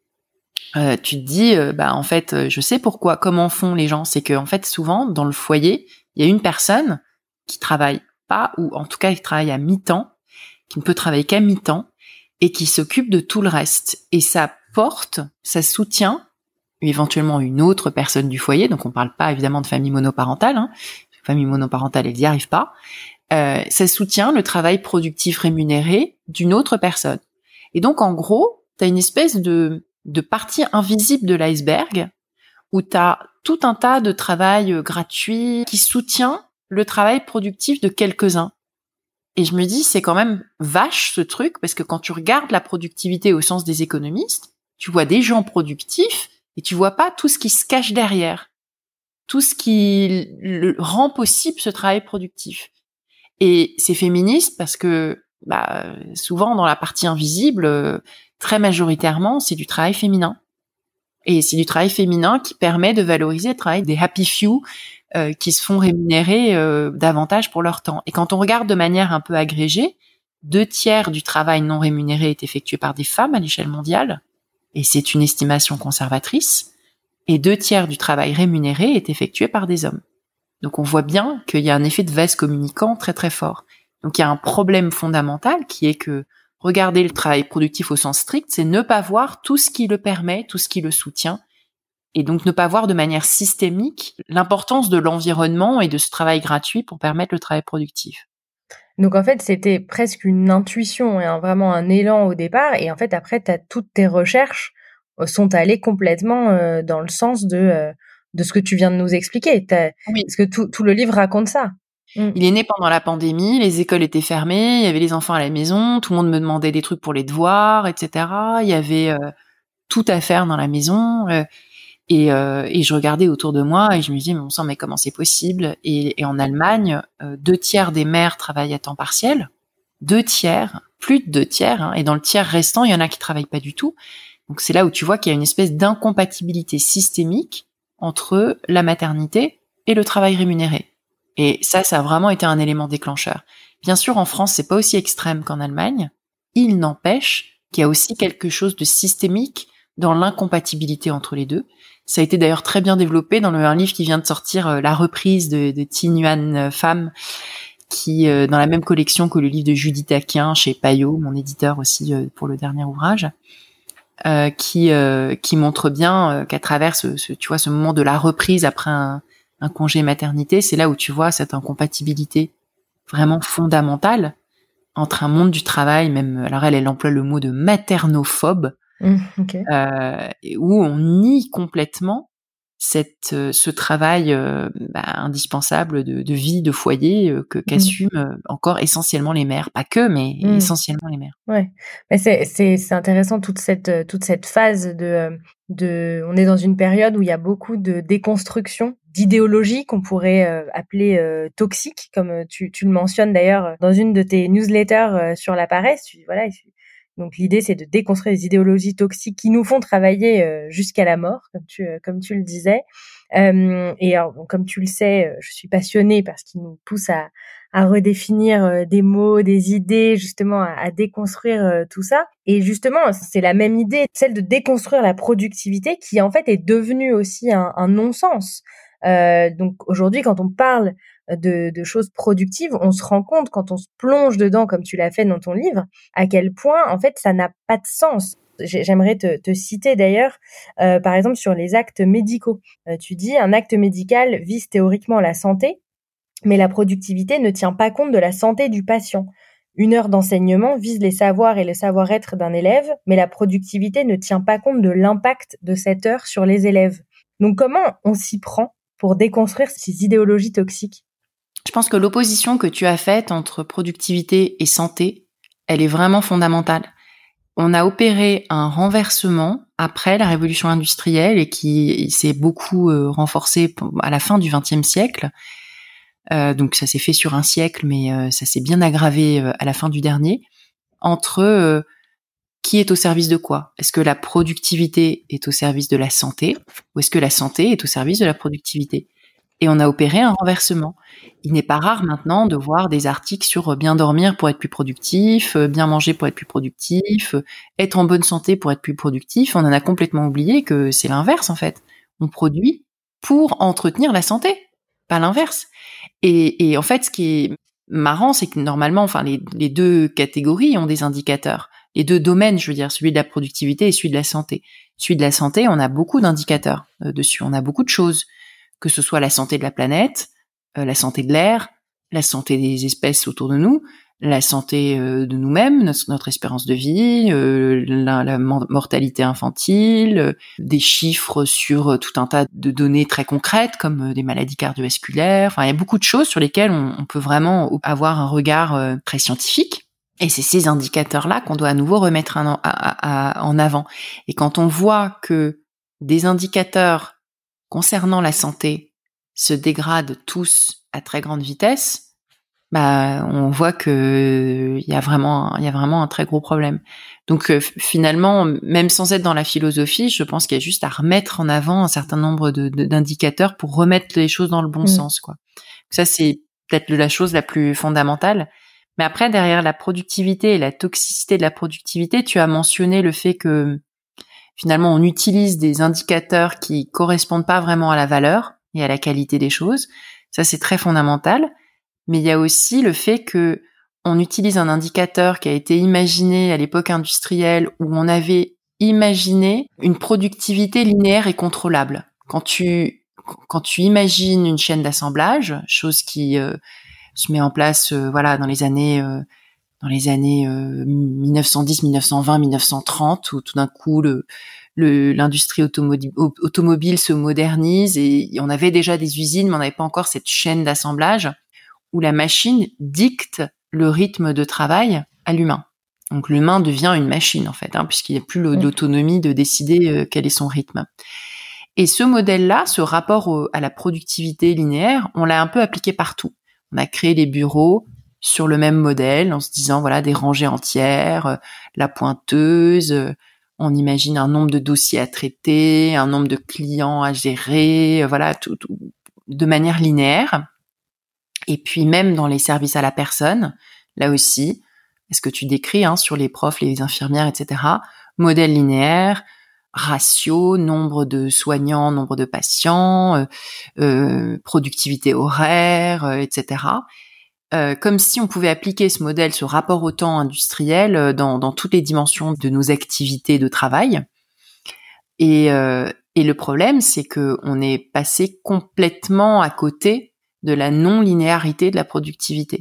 Euh, tu te dis, euh, bah en fait, euh, je sais pourquoi, comment font les gens. C'est que en fait, souvent dans le foyer, il y a une personne qui travaille pas, ou en tout cas qui travaille à mi-temps, qui ne peut travailler qu'à mi-temps, et qui s'occupe de tout le reste. Et ça porte, ça soutient éventuellement une autre personne du foyer, donc on parle pas évidemment de famille monoparentale, hein. Famille monoparentale, elle n'y arrive pas, euh, ça soutient le travail productif rémunéré d'une autre personne. Et donc en gros, tu as une espèce de, de partie invisible de l'iceberg, où tu as tout un tas de travail gratuit qui soutient le travail productif de quelques-uns. Et je me dis, c'est quand même vache ce truc, parce que quand tu regardes la productivité au sens des économistes, tu vois des gens productifs, et tu vois pas tout ce qui se cache derrière, tout ce qui le rend possible ce travail productif. Et c'est féministe parce que bah, souvent dans la partie invisible, très majoritairement, c'est du travail féminin. Et c'est du travail féminin qui permet de valoriser le travail des happy few euh, qui se font rémunérer euh, davantage pour leur temps. Et quand on regarde de manière un peu agrégée, deux tiers du travail non rémunéré est effectué par des femmes à l'échelle mondiale. Et c'est une estimation conservatrice, et deux tiers du travail rémunéré est effectué par des hommes. Donc on voit bien qu'il y a un effet de vase communicant très très fort. Donc il y a un problème fondamental qui est que regarder le travail productif au sens strict, c'est ne pas voir tout ce qui le permet, tout ce qui le soutient, et donc ne pas voir de manière systémique l'importance de l'environnement et de ce travail gratuit pour permettre le travail productif. Donc en fait, c'était presque une intuition et un, vraiment un élan au départ. Et en fait, après, t'as, toutes tes recherches sont allées complètement euh, dans le sens de, euh, de ce que tu viens de nous expliquer. T'as, oui. Parce que tout, tout le livre raconte ça. Mm. Il est né pendant la pandémie, les écoles étaient fermées, il y avait les enfants à la maison, tout le monde me demandait des trucs pour les devoirs, et cetera. Il y avait euh, tout à faire dans la maison. Euh, Et, euh, et je regardais autour de moi et je me disais, mais bon sang, mais comment c'est possible? Et, et en Allemagne, euh, deux tiers des mères travaillent à temps partiel, deux tiers, plus de deux tiers, hein, et dans le tiers restant, il y en a qui travaillent pas du tout. Donc c'est là où tu vois qu'il y a une espèce d'incompatibilité systémique entre la maternité et le travail rémunéré. Et ça, ça a vraiment été un élément déclencheur. Bien sûr, en France, c'est pas aussi extrême qu'en Allemagne. Il n'empêche qu'il y a aussi quelque chose de systémique dans l'incompatibilité entre les deux. Ça a été d'ailleurs très bien développé dans le, un livre qui vient de sortir, euh, La reprise de, de Thi Nguyen Pham, qui euh, dans la même collection que le livre de Judith Aquin chez Payot, mon éditeur aussi euh, pour le dernier ouvrage, euh, qui euh, qui montre bien euh, qu'à travers ce, ce, tu vois, ce moment de la reprise après un, un congé maternité, c'est là où tu vois cette incompatibilité vraiment fondamentale entre un monde du travail, même, alors elle, elle emploie le mot de maternophobe, Mmh, okay. euh, où on nie complètement cette, euh, ce travail euh, bah, indispensable de, de vie, de foyer euh, que, qu'assument euh, encore essentiellement les mères, pas que, mais mmh. essentiellement les mères. Ouais, mais c'est c'est c'est intéressant toute cette toute cette phase de de. On est dans une période où il y a beaucoup de déconstruction d'idéologies qu'on pourrait euh, appeler euh, toxiques, comme tu tu le mentionnes d'ailleurs dans une de tes newsletters euh, sur la paresse. Tu voilà. Donc l'idée, c'est de déconstruire les idéologies toxiques qui nous font travailler euh, jusqu'à la mort, comme tu euh, comme tu le disais. Euh, et alors, bon, comme tu le sais, euh, je suis passionnée parce qu'il nous pousse à à redéfinir euh, des mots, des idées, justement à, à déconstruire euh, tout ça. Et justement, c'est la même idée, celle de déconstruire la productivité, qui en fait est devenue aussi un, un non-sens. Euh, donc aujourd'hui, quand on parle de, de choses productives, on se rend compte, quand on se plonge dedans, comme tu l'as fait dans ton livre, à quel point, en fait, ça n'a pas de sens. J'aimerais te, te citer d'ailleurs, euh, par exemple, sur les actes médicaux. Euh, tu dis, un acte médical vise théoriquement la santé, mais la productivité ne tient pas compte de la santé du patient. Une heure d'enseignement vise les savoirs et le savoir-être d'un élève, mais la productivité ne tient pas compte de l'impact de cette heure sur les élèves. Donc comment on s'y prend pour déconstruire ces idéologies toxiques ? Je pense que l'opposition que tu as faite entre productivité et santé, elle est vraiment fondamentale. On a opéré un renversement après la révolution industrielle et qui s'est beaucoup euh, renforcé à la fin du vingtième siècle. Euh, donc ça s'est fait sur un siècle, mais euh, ça s'est bien aggravé euh, à la fin du dernier. Entre euh, qui est au service de quoi ? Est-ce que la productivité est au service de la santé ou est-ce que la santé est au service de la productivité ? Et on a opéré un renversement. Il n'est pas rare maintenant de voir des articles sur bien dormir pour être plus productif, bien manger pour être plus productif, être en bonne santé pour être plus productif. On en a complètement oublié que c'est l'inverse en fait. On produit pour entretenir la santé, pas l'inverse. Et, et en fait, ce qui est marrant, c'est que normalement, enfin, les, les deux catégories ont des indicateurs. Les deux domaines, je veux dire, celui de la productivité et celui de la santé. Celui de la santé, on a beaucoup d'indicateurs euh, dessus. On a beaucoup de choses. Que ce soit la santé de la planète, euh, la santé de l'air, la santé des espèces autour de nous, la santé euh, de nous-mêmes, notre, notre espérance de vie, euh, la, la mortalité infantile, euh, des chiffres sur euh, tout un tas de données très concrètes comme euh, des maladies cardiovasculaires. Enfin, il y a beaucoup de choses sur lesquelles on, on peut vraiment avoir un regard euh, très scientifique. Et c'est ces indicateurs-là qu'on doit à nouveau remettre en, à, à, en avant. Et quand on voit que des indicateurs concernant la santé se dégradent tous à très grande vitesse, bah on voit que il y a vraiment il y a vraiment un très gros problème. Donc euh, finalement, même sans être dans la philosophie, je pense qu'il y a juste à remettre en avant un certain nombre de, de d'indicateurs pour remettre les choses dans le bon mmh. sens, quoi. Ça c'est peut-être la chose la plus fondamentale. Mais après, derrière la productivité et la toxicité de la productivité, tu as mentionné le fait que finalement, on utilise des indicateurs qui correspondent pas vraiment à la valeur et à la qualité des choses. Ça, c'est très fondamental. Mais il y a aussi le fait que on utilise un indicateur qui a été imaginé à l'époque industrielle où on avait imaginé une productivité linéaire et contrôlable. Quand tu, quand tu imagines une chaîne d'assemblage, chose qui euh, se met en place, euh, voilà, dans les années, euh, dans les années euh, mille neuf cent dix, mille neuf cent vingt, mille neuf cent trente, où tout d'un coup le, le l'industrie automobile, automobile se modernise et on avait déjà des usines, mais on n'avait pas encore cette chaîne d'assemblage où la machine dicte le rythme de travail à l'humain. Donc l'humain devient une machine en fait, hein, puisqu'il n'y a plus l'autonomie de décider euh, quel est son rythme. Et ce modèle-là, ce rapport au, à la productivité linéaire, on l'a un peu appliqué partout. On a créé les bureaux sur le même modèle, en se disant, voilà, des rangées entières, euh, la pointeuse, euh, on imagine un nombre de dossiers à traiter, un nombre de clients à gérer, euh, voilà, tout, tout, de manière linéaire. Et puis même dans les services à la personne, là aussi, est-ce que tu décris hein, sur les profs, les infirmières, et cetera, modèle linéaire, ratio, nombre de soignants, nombre de patients, euh, euh, productivité horaire, euh, et cetera. Euh, comme si on pouvait appliquer ce modèle, ce rapport au temps industriel euh, dans, dans toutes les dimensions de nos activités de travail. Et, euh, et le problème, c'est que on est passé complètement à côté de la non-linéarité de la productivité.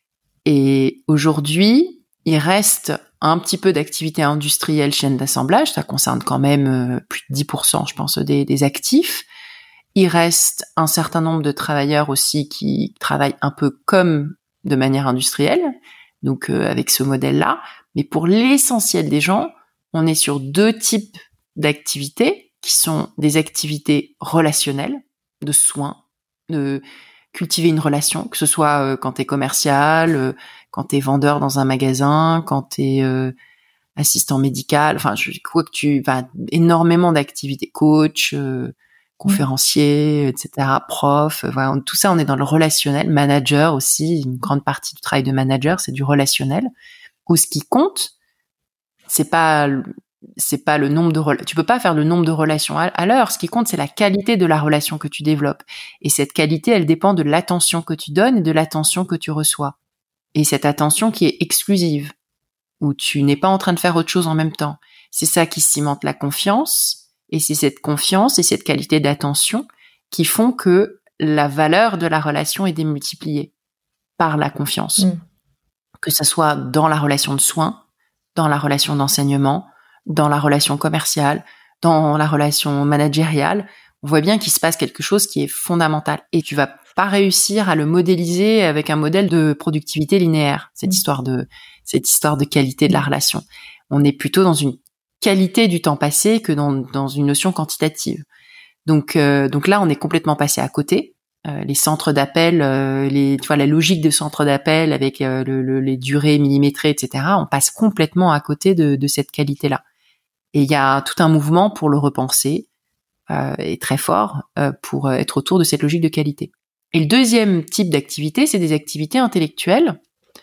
Et aujourd'hui, il reste un petit peu d'activité industrielle, chaîne d'assemblage, ça concerne quand même euh, plus de dix pour cent, je pense, des, des actifs. Il reste un certain nombre de travailleurs aussi qui travaillent un peu comme de manière industrielle, donc euh, avec ce modèle-là. Mais pour l'essentiel des gens, on est sur deux types d'activités qui sont des activités relationnelles, de soins, de cultiver une relation, que ce soit euh, quand t'es commercial, euh, quand t'es vendeur dans un magasin, quand t'es euh, assistant médical, enfin, je crois que tu vas enfin, énormément d'activités, coach, euh, conférencier, et cetera, prof, euh, voilà, tout ça, on est dans le relationnel, manager aussi, une grande partie du travail de manager, c'est du relationnel, où ce qui compte, c'est pas c'est pas le nombre de relations. Tu peux pas faire le nombre de relations à, à l'heure. Ce qui compte, c'est la qualité de la relation que tu développes. Et cette qualité, elle dépend de l'attention que tu donnes et de l'attention que tu reçois. Et cette attention qui est exclusive. où tu n'es pas en train de faire autre chose en même temps. C'est ça qui cimente la confiance, et c'est cette confiance et cette qualité d'attention qui font que la valeur de la relation est démultipliée par la confiance. Mmh. Que ce soit dans la relation de soins, dans la relation d'enseignement, dans la relation commerciale, dans la relation managériale, on voit bien qu'il se passe quelque chose qui est fondamental. Et tu vas pas réussir à le modéliser avec un modèle de productivité linéaire, cette histoire de, cette histoire de qualité de la relation. On est plutôt dans une qualité du temps passé que dans, dans une notion quantitative. Donc, euh, donc là, on est complètement passé à côté. Euh, les centres d'appel, euh, les, tu vois, la logique de centres d'appel avec euh, le, le, les durées millimétrées, et cetera. On passe complètement à côté de, de cette qualité-là. Et il y a tout un mouvement pour le repenser, euh, et très fort, euh, pour être autour de cette logique de qualité. Et le deuxième type d'activité, c'est des activités intellectuelles,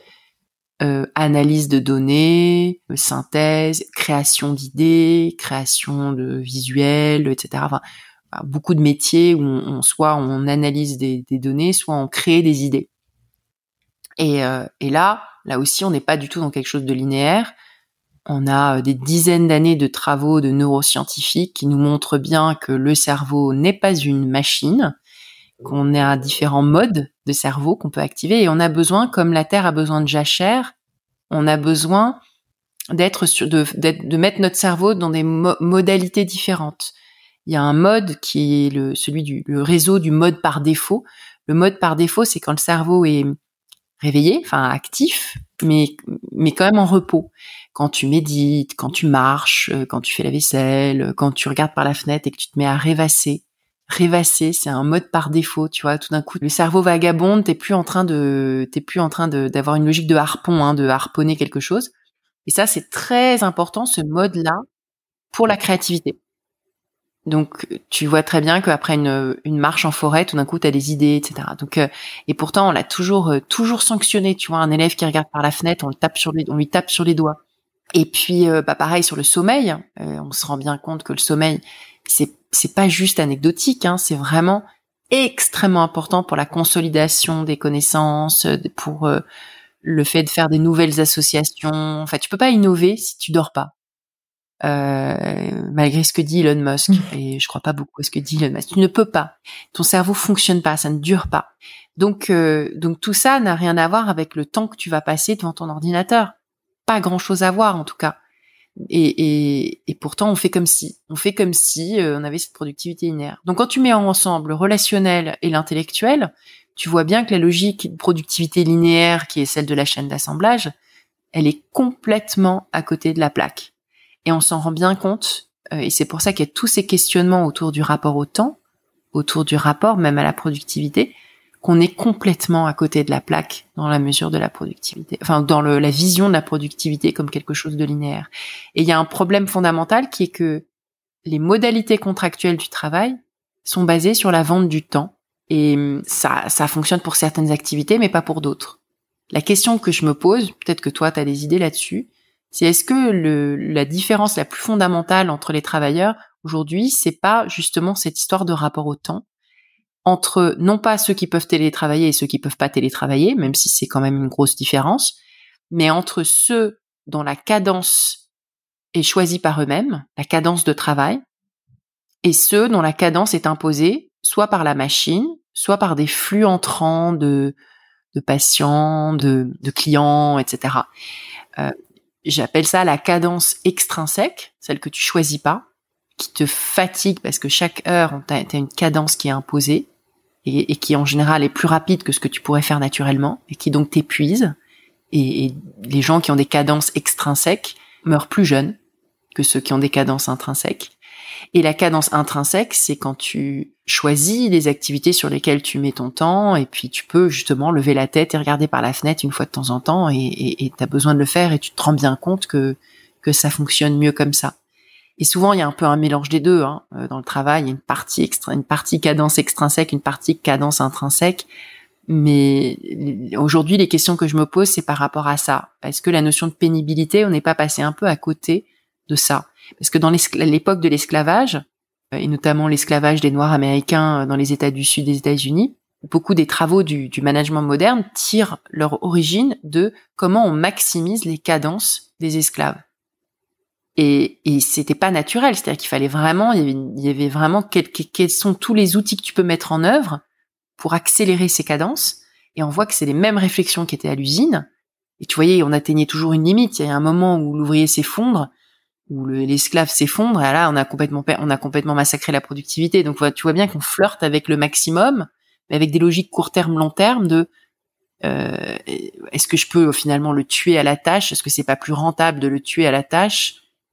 euh, analyse de données, synthèse, création d'idées, création de visuels, et cetera. Enfin, beaucoup de métiers où on, on soit on analyse des, des données, soit on crée des idées. Et, euh, et là, là aussi, on n'est pas du tout dans quelque chose de linéaire. On a des dizaines d'années de travaux de neuroscientifiques qui nous montrent bien que le cerveau n'est pas une machine, qu'on a différents modes de cerveau qu'on peut activer, et on a besoin, comme la Terre a besoin de jachère, on a besoin d'être sur, de, d'être, de mettre notre cerveau dans des mo- modalités différentes. Il y a un mode qui est le, celui du le réseau du mode par défaut. Le mode par défaut, c'est quand le cerveau est réveillé, enfin actif, mais mais quand même en repos. Quand tu médites, quand tu marches, quand tu fais la vaisselle, quand tu regardes par la fenêtre et que tu te mets à rêvasser. Rêvasser, c'est un mode par défaut, tu vois. Tout d'un coup, le cerveau vagabonde, t'es plus en train de, t'es plus en train de d'avoir une logique de harpon, hein, de harponner quelque chose. Et ça, c'est très important, ce mode-là, pour la créativité. Donc, tu vois très bien qu'après une, une marche en forêt, tout d'un coup, t'as des idées, et cetera. Donc, euh, et pourtant, on l'a toujours, euh, toujours sanctionné. Tu vois, un élève qui regarde par la fenêtre, on le tape sur les, on lui tape sur les doigts. Et puis, euh, bah, pareil sur le sommeil. Euh, on se rend bien compte que le sommeil, c'est, c'est pas juste anecdotique. Hein, c'est vraiment extrêmement important pour la consolidation des connaissances, pour euh, le fait de faire des nouvelles associations. Enfin, tu peux pas innover si tu dors pas. Euh, malgré ce que dit Elon Musk, et je crois pas beaucoup à ce que dit Elon Musk, tu ne peux pas. Ton cerveau fonctionne pas, ça ne dure pas. Donc, euh, donc tout ça n'a rien à voir avec le temps que tu vas passer devant ton ordinateur. Pas grand chose à voir en tout cas. Et, et, et pourtant on fait comme si, on fait comme si euh, on avait cette productivité linéaire. Donc quand tu mets ensemble le relationnel et l'intellectuel, tu vois bien que la logique de productivité linéaire, qui est celle de la chaîne d'assemblage, elle est complètement à côté de la plaque. Et on s'en rend bien compte, euh, et c'est pour ça qu'il y a tous ces questionnements autour du rapport au temps, autour du rapport même à la productivité, qu'on est complètement à côté de la plaque dans la mesure de la productivité, enfin dans le, la vision de la productivité comme quelque chose de linéaire. Et il y a un problème fondamental qui est que les modalités contractuelles du travail sont basées sur la vente du temps, et ça, ça fonctionne pour certaines activités, mais pas pour d'autres. La question que je me pose, peut-être que toi tu as des idées là-dessus, c'est est-ce que le, la différence la plus fondamentale entre les travailleurs aujourd'hui, c'est pas justement cette histoire de rapport au temps entre non pas ceux qui peuvent télétravailler et ceux qui peuvent pas télétravailler, même si c'est quand même une grosse différence, mais entre ceux dont la cadence est choisie par eux-mêmes, la cadence de travail, et ceux dont la cadence est imposée soit par la machine, soit par des flux entrants de, de patients, de, de clients, et cetera. Euh, J'appelle ça la cadence extrinsèque, celle que tu choisis pas, qui te fatigue parce que chaque heure, t'as, t'as une cadence qui est imposée et, et qui en général est plus rapide que ce que tu pourrais faire naturellement et qui donc t'épuise. Et, et les gens qui ont des cadences extrinsèques meurent plus jeunes que ceux qui ont des cadences intrinsèques. Et la cadence intrinsèque, c'est quand tu choisis les activités sur lesquelles tu mets ton temps, et puis tu peux justement lever la tête et regarder par la fenêtre une fois de temps en temps, et tu as besoin de le faire, et tu te rends bien compte que que ça fonctionne mieux comme ça. Et souvent, il y a un peu un mélange des deux. Hein. Dans le travail, il y a une partie extra, une partie cadence extrinsèque, une partie cadence intrinsèque. Mais aujourd'hui, les questions que je me pose, c'est par rapport à ça. Est-ce que la notion de pénibilité, on n'est pas passé un peu à côté de ça? Parce que dans l'époque de l'esclavage, et notamment l'esclavage des Noirs américains dans les États du Sud des États-Unis, beaucoup des travaux du, du management moderne tirent leur origine de comment on maximise les cadences des esclaves. Et, et c'était pas naturel, c'est-à-dire qu'il fallait vraiment, il y avait, il y avait vraiment quels, quels sont tous les outils que tu peux mettre en œuvre pour accélérer ces cadences. Et on voit que c'est les mêmes réflexions qui étaient à l'usine. Et tu voyais, on atteignait toujours une limite. Il y a un moment où l'ouvrier s'effondre, où le, l'esclave s'effondre, et là, on a complètement, on a complètement massacré la productivité. Donc, tu vois bien qu'on flirte avec le maximum, mais avec des logiques court terme, long terme de euh, est-ce que je peux finalement le tuer à la tâche? Est-ce que c'est pas plus rentable de le tuer à la tâche?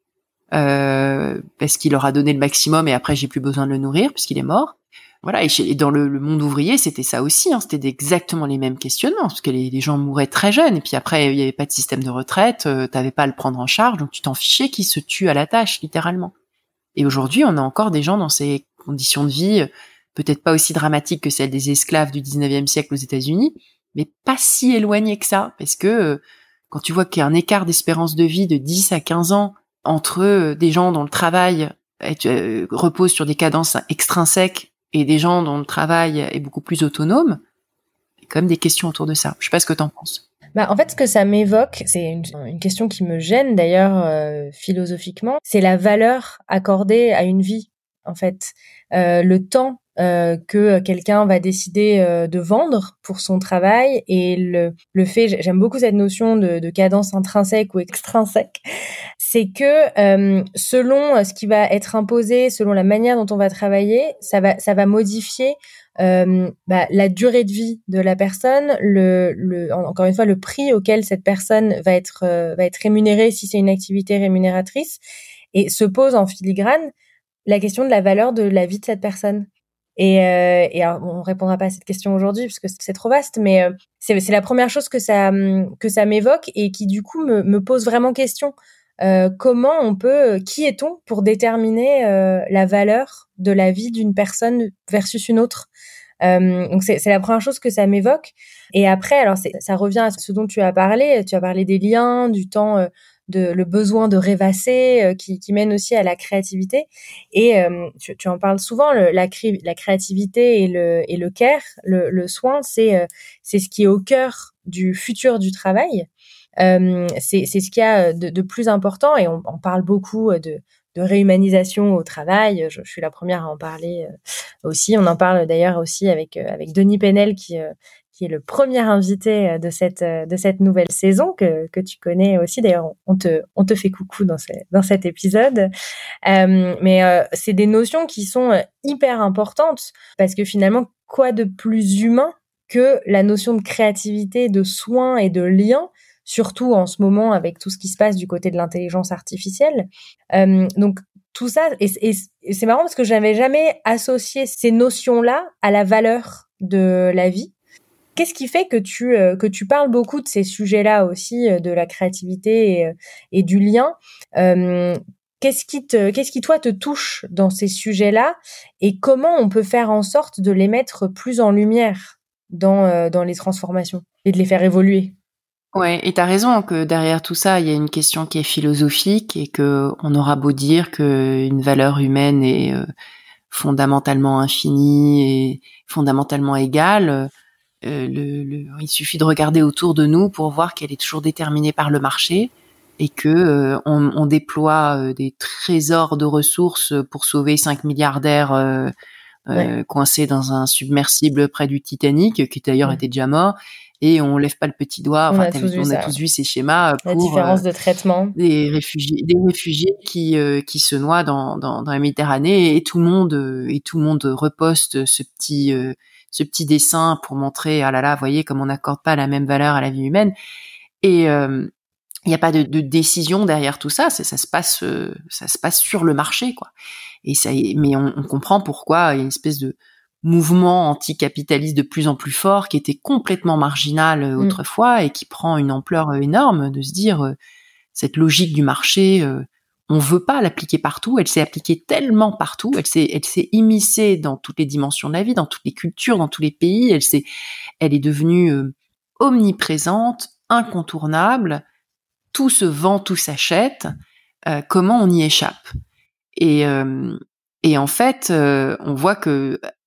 Euh, parce qu'il leur a donné le maximum et après j'ai plus besoin de le nourrir puisqu'il est mort. Voilà, et, chez, et dans le, le monde ouvrier, c'était ça aussi, hein, c'était exactement les mêmes questionnements, parce que les, les gens mouraient très jeunes, et puis après, il n'y avait pas de système de retraite, euh, t'avais pas à le prendre en charge, donc tu t'en fichais qu'ils se tuent à la tâche, littéralement. Et aujourd'hui, on a encore des gens dans ces conditions de vie, peut-être pas aussi dramatiques que celles des esclaves du dix-neuvième siècle aux États-Unis, mais pas si éloignées que ça, parce que euh, quand tu vois qu'il y a un écart d'espérance de vie de dix à quinze ans entre euh, des gens dont le travail est, euh, repose sur des cadences extrinsèques et des gens dont le travail est beaucoup plus autonome, il y a quand même des questions autour de ça. Je sais pas ce que t'en penses. Bah, en fait, ce que ça m'évoque, c'est une, une question qui me gêne d'ailleurs euh, philosophiquement, c'est la valeur accordée à une vie, en fait. Euh, le temps euh, que quelqu'un va décider euh, de vendre pour son travail et le, le fait, j'aime beaucoup cette notion de, de cadence intrinsèque ou extrinsèque, c'est que euh, selon ce qui va être imposé, selon la manière dont on va travailler, ça va, ça va modifier Euh, bah, la durée de vie de la personne, le, le, encore une fois, le prix auquel cette personne va être, euh, va être rémunérée si c'est une activité rémunératrice, et se pose en filigrane la question de la valeur de la vie de cette personne. Et, euh, et alors, on répondra pas à cette question aujourd'hui parce que c'est trop vaste, mais euh, c'est, c'est la première chose que ça, que ça m'évoque et qui du coup me, me pose vraiment question. Euh, comment on peut, qui est-on pour déterminer euh, la valeur de la vie d'une personne versus une autre? Euh, donc c'est, c'est la première chose que ça m'évoque. Et après, alors c'est, ça revient à ce dont tu as parlé. Tu as parlé des liens, du temps, euh, de le besoin de rêvasser, euh, qui, qui mène aussi à la créativité. Et euh, tu, tu en parles souvent. Le, la, cré, la créativité et le et le care, le, le soin, c'est euh, c'est ce qui est au cœur du futur du travail. Euh, c'est, c'est ce qu'il y a de, de plus important, et on, on parle beaucoup de, de réhumanisation au travail. Je, je suis la première à en parler euh, aussi. On en parle d'ailleurs aussi avec euh, avec Denis Penel qui euh, qui est le premier invité de cette de cette nouvelle saison que que tu connais aussi. D'ailleurs, on te on te fait coucou dans ce, dans cet épisode. Euh, mais euh, c'est des notions qui sont hyper importantes parce que finalement, quoi de plus humain que la notion de créativité, de soin et de lien, surtout en ce moment avec tout ce qui se passe du côté de l'intelligence artificielle. Euh, donc tout ça, et, et, et c'est marrant parce que j'avais jamais associé ces notions-là à la valeur de la vie. Qu'est-ce qui fait que tu euh, que tu parles beaucoup de ces sujets-là aussi, euh, de la créativité et, et du lien? euh, Qu'est-ce qui te, qu'est-ce qui toi te touche dans ces sujets-là, et comment on peut faire en sorte de les mettre plus en lumière dans euh, dans les transformations et de les faire évoluer? Ouais, et t'as raison que derrière tout ça, il y a une question qui est philosophique et que on aura beau dire que une valeur humaine est euh, fondamentalement infinie et fondamentalement égale, euh, le, le, il suffit de regarder autour de nous pour voir qu'elle est toujours déterminée par le marché et que euh, on, on déploie euh, des trésors de ressources pour sauver cinq milliardaires euh, ouais. euh, coincés dans un submersible près du Titanic, qui d'ailleurs ouais. était déjà mort. Et on lève pas le petit doigt. On enfin, a, tous vu, on a tous vu ces schémas pour la différence euh, de traitement. Des réfugiés, des réfugiés qui euh, qui se noient dans, dans dans la Méditerranée, et tout le monde euh, et tout le monde reposte ce petit euh, ce petit dessin pour montrer ah là là, voyez comme on n'accorde pas la même valeur à la vie humaine. Et il euh, y a pas de, de décision derrière tout ça. Ça, ça se passe euh, ça se passe sur le marché, quoi. Et ça, mais on, on comprend pourquoi il y a une espèce de mouvement anticapitaliste de plus en plus fort qui était complètement marginal euh, autrefois mmh. et qui prend une ampleur euh, énorme, de se dire euh, cette logique du marché, euh, on veut pas l'appliquer partout, elle s'est appliquée tellement partout, elle s'est elle s'est immiscée dans toutes les dimensions de la vie, dans toutes les cultures, dans tous les pays, elle s'est elle est devenue euh, omniprésente, incontournable, tout se vend, tout s'achète, euh, comment on y échappe? Et euh, et en fait, euh, on voit que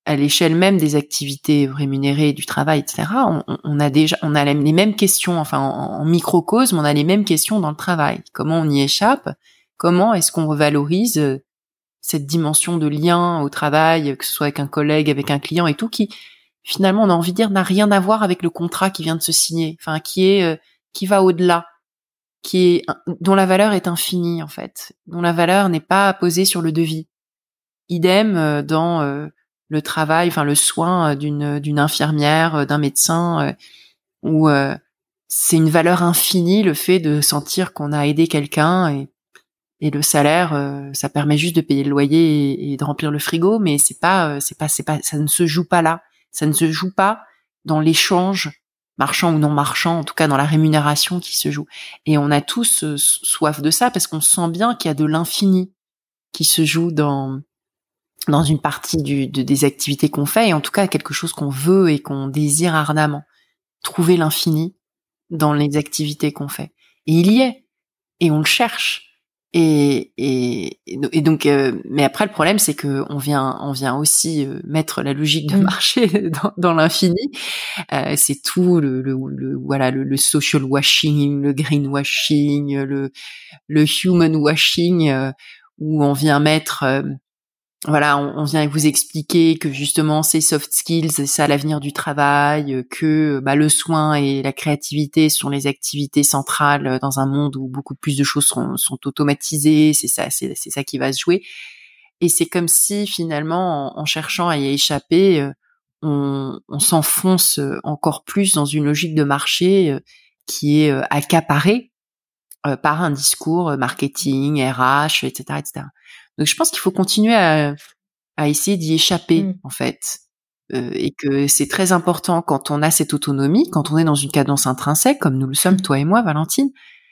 à l'échelle même des activités rémunérées du travail, et cetera, on, on a déjà, on a les mêmes questions, enfin en, en microcosme, on a les mêmes questions dans le travail. Comment on y échappe? Comment est-ce qu'on revalorise cette dimension de lien au travail, que ce soit avec un collègue, avec un client et tout, qui finalement, on a envie de dire, n'a rien à voir avec le contrat qui vient de se signer, enfin qui est euh, qui va au-delà, qui est dont la valeur est infinie en fait, dont la valeur n'est pas posée sur le devis. Idem euh, dans euh, le travail, enfin le soin d'une d'une infirmière, d'un médecin, euh, où euh, c'est une valeur infinie le fait de sentir qu'on a aidé quelqu'un, et et le salaire, euh, ça permet juste de payer le loyer et, et de remplir le frigo, mais c'est pas euh, c'est pas c'est pas ça ne se joue pas là, ça ne se joue pas dans l'échange marchand ou non marchand, en tout cas dans la rémunération qui se joue. Et on a tous euh, soif de ça parce qu'on sent bien qu'il y a de l'infini qui se joue dans dans une partie du, de, des activités qu'on fait, et en tout cas quelque chose qu'on veut et qu'on désire ardemment. Trouver l'infini dans les activités qu'on fait. Et il y est. Et on le cherche. Et, et, et donc, euh, mais après le problème, c'est que on vient, on vient aussi euh, mettre la logique de Mmh. marché dans, dans l'infini. Euh, c'est tout le, le, le voilà le, le social washing, le green washing, le, le human washing, euh, où on vient mettre euh, voilà, on, on vient vous expliquer que justement ces soft skills, c'est ça l'avenir du travail, que bah, le soin et la créativité sont les activités centrales dans un monde où beaucoup plus de choses sont, sont automatisées. C'est ça, c'est, c'est ça qui va se jouer. Et c'est comme si finalement, en, en cherchant à y échapper, on, on s'enfonce encore plus dans une logique de marché qui est accaparée par un discours marketing, R H, et cetera, et cetera. Donc je pense qu'il faut continuer à, à essayer d'y échapper mmh. en fait, euh, et que c'est très important quand on a cette autonomie, quand on est dans une cadence intrinsèque, comme nous le sommes toi et moi, Valentine,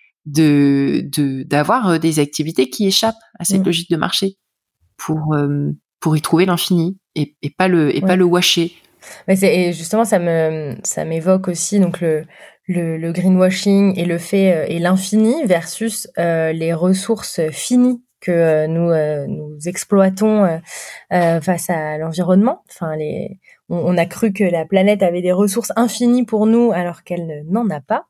de, de d'avoir des activités qui échappent à cette mmh. logique de marché pour euh, pour y trouver l'infini et, et pas le et ouais. pas le washer. Mais c'est, et justement ça me ça m'évoque aussi donc le le, le greenwashing et le fait et l'infini versus euh, les ressources finies que euh, nous euh, nous exploitons euh, euh, face à l'environnement. Enfin, les, on, on a cru que la planète avait des ressources infinies pour nous alors qu'elle ne, n'en a pas.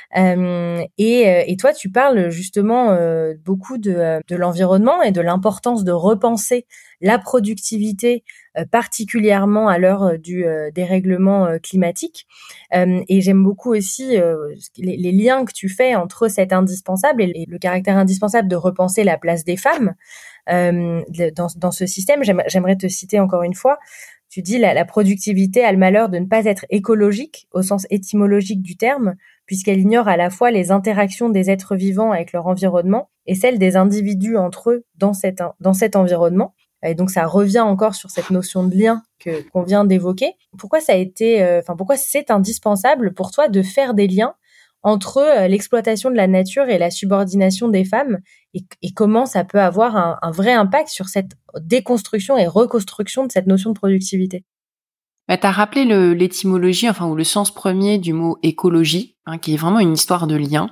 Euh, et, et toi, tu parles justement euh, beaucoup de, de l'environnement et de l'importance de repenser la productivité, euh, particulièrement à l'heure du euh, dérèglement euh, climatique. Euh, et j'aime beaucoup aussi euh, les, les liens que tu fais entre cet indispensable et, et le caractère indispensable de repenser la place des femmes euh, dans, dans ce système. J'aimerais, j'aimerais te citer encore une fois. Tu dis la, la productivité a le malheur de ne pas être écologique au sens étymologique du terme, puisqu'elle ignore à la fois les interactions des êtres vivants avec leur environnement et celles des individus entre eux dans cet, dans cet environnement. Et donc ça revient encore sur cette notion de lien que qu'on vient d'évoquer. Pourquoi ça a été, enfin euh, pourquoi c'est indispensable pour toi de faire des liens entre euh, l'exploitation de la nature et la subordination des femmes, et, et comment ça peut avoir un, un vrai impact sur cette déconstruction et reconstruction de cette notion de productivité? Bah, t'as rappelé le, l'étymologie, enfin ou le sens premier du mot écologie, hein, qui est vraiment une histoire de lien.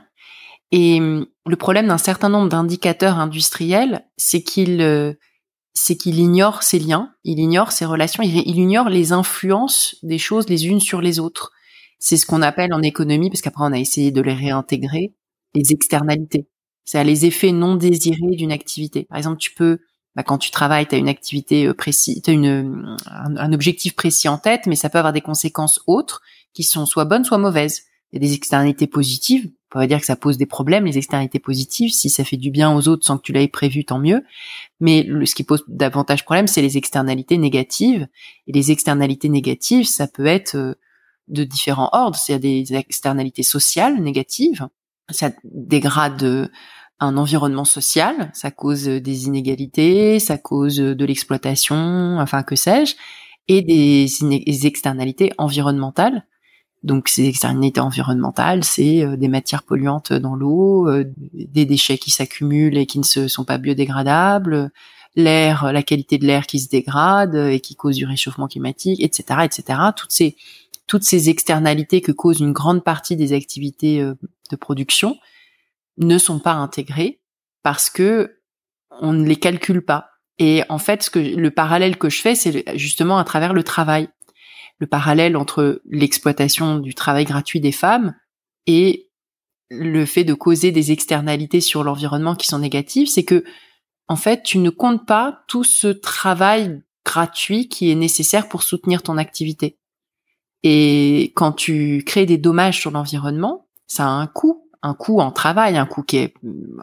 Et hum, le problème d'un certain nombre d'indicateurs industriels, c'est qu'il euh, c'est qu'il ignore ces liens, il ignore ces relations, il, il ignore les influences des choses les unes sur les autres. C'est ce qu'on appelle en économie, parce qu'après on a essayé de les réintégrer, les externalités. C'est-à-dire les effets non désirés d'une activité. Par exemple, tu peux, bah, quand tu travailles, tu as une activité précise, tu as une, un, un objectif précis en tête, mais ça peut avoir des conséquences autres qui sont soit bonnes, soit mauvaises. Il y a des externalités positives. On va dire que ça pose des problèmes, les externalités positives. Si ça fait du bien aux autres sans que tu l'aies prévu, tant mieux. Mais le, ce qui pose davantage problème, c'est les externalités négatives. Et les externalités négatives, ça peut être euh, de différents ordres. Il y a des externalités sociales négatives. Ça dégrade un environnement social. Ça cause des inégalités, ça cause de l'exploitation, enfin que sais-je. Et des, des externalités environnementales. Donc, ces externalités environnementales, c'est euh, des matières polluantes dans l'eau, euh, des déchets qui s'accumulent et qui ne se, sont pas biodégradables, l'air, la qualité de l'air qui se dégrade et qui cause du réchauffement climatique, et cetera, et cetera. Toutes ces, toutes ces externalités que cause une grande partie des activités euh, de production ne sont pas intégrées parce que on ne les calcule pas. Et en fait, ce que le parallèle que je fais, c'est justement à travers le travail. Le parallèle entre l'exploitation du travail gratuit des femmes et le fait de causer des externalités sur l'environnement qui sont négatives, c'est que, en fait, tu ne comptes pas tout ce travail gratuit qui est nécessaire pour soutenir ton activité. Et quand tu crées des dommages sur l'environnement, ça a un coût, un coût en travail, un coût qui est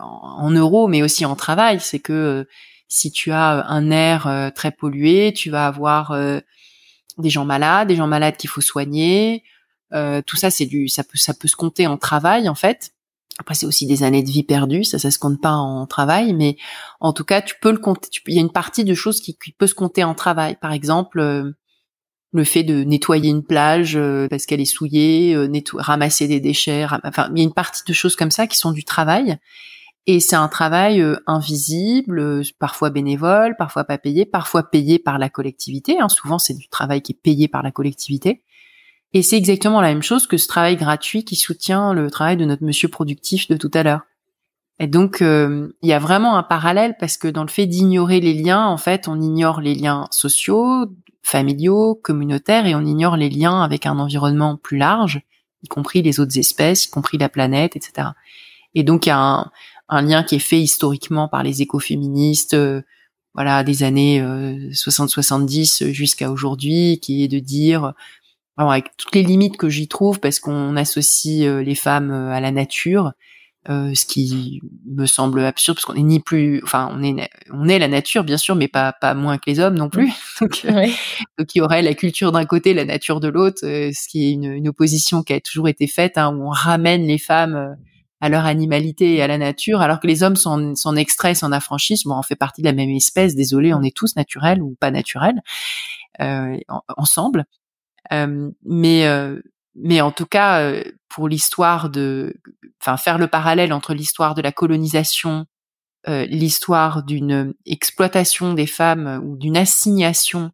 en euros, mais aussi en travail. C'est que euh, si tu as un air euh, très pollué, tu vas avoir euh, des gens malades, des gens malades qu'il faut soigner. Euh, tout ça, c'est du, ça peut, ça peut se compter en travail en fait. Après, c'est aussi des années de vie perdues, ça, ça se compte pas en travail, mais en tout cas, tu peux le compter. Tu peux, il y a une partie de choses qui, qui peut se compter en travail. Par exemple, euh, le fait de nettoyer une plage euh, parce qu'elle est souillée, euh, netto- ramasser des déchets. Ram- enfin, il y a une partie de choses comme ça qui sont du travail. Et c'est un travail euh, invisible, euh, parfois bénévole, parfois pas payé, parfois payé par la collectivité. Hein. Souvent, c'est du travail qui est payé par la collectivité. Et c'est exactement la même chose que ce travail gratuit qui soutient le travail de notre monsieur productif de tout à l'heure. Et donc, euh, il y a vraiment un parallèle parce que dans le fait d'ignorer les liens, en fait, on ignore les liens sociaux, familiaux, communautaires, et on ignore les liens avec un environnement plus large, y compris les autres espèces, y compris la planète, et cetera. Et donc, il y a un, un lien qui est fait historiquement par les écoféministes, euh, voilà, des années euh, soixante soixante-dix jusqu'à aujourd'hui, qui est de dire... Alors avec toutes les limites que j'y trouve, parce qu'on associe euh, les femmes euh, à la nature, euh, ce qui me semble absurde, parce qu'on est ni plus, enfin on est on est la nature bien sûr, mais pas pas moins que les hommes non plus. Donc, euh, Ouais. donc il y aurait la culture d'un côté, la nature de l'autre, euh, ce qui est une, une opposition qui a toujours été faite, hein, où on ramène les femmes euh, à leur animalité et à la nature, alors que les hommes s'en, s'en extraient, s'en affranchissent. Bon, on fait partie de la même espèce, désolé, on est tous naturels ou pas naturels euh, en, ensemble. Euh, mais euh, mais en tout cas, euh, pour l'histoire de, enfin faire le parallèle entre l'histoire de la colonisation, euh, l'histoire d'une exploitation des femmes ou d'une assignation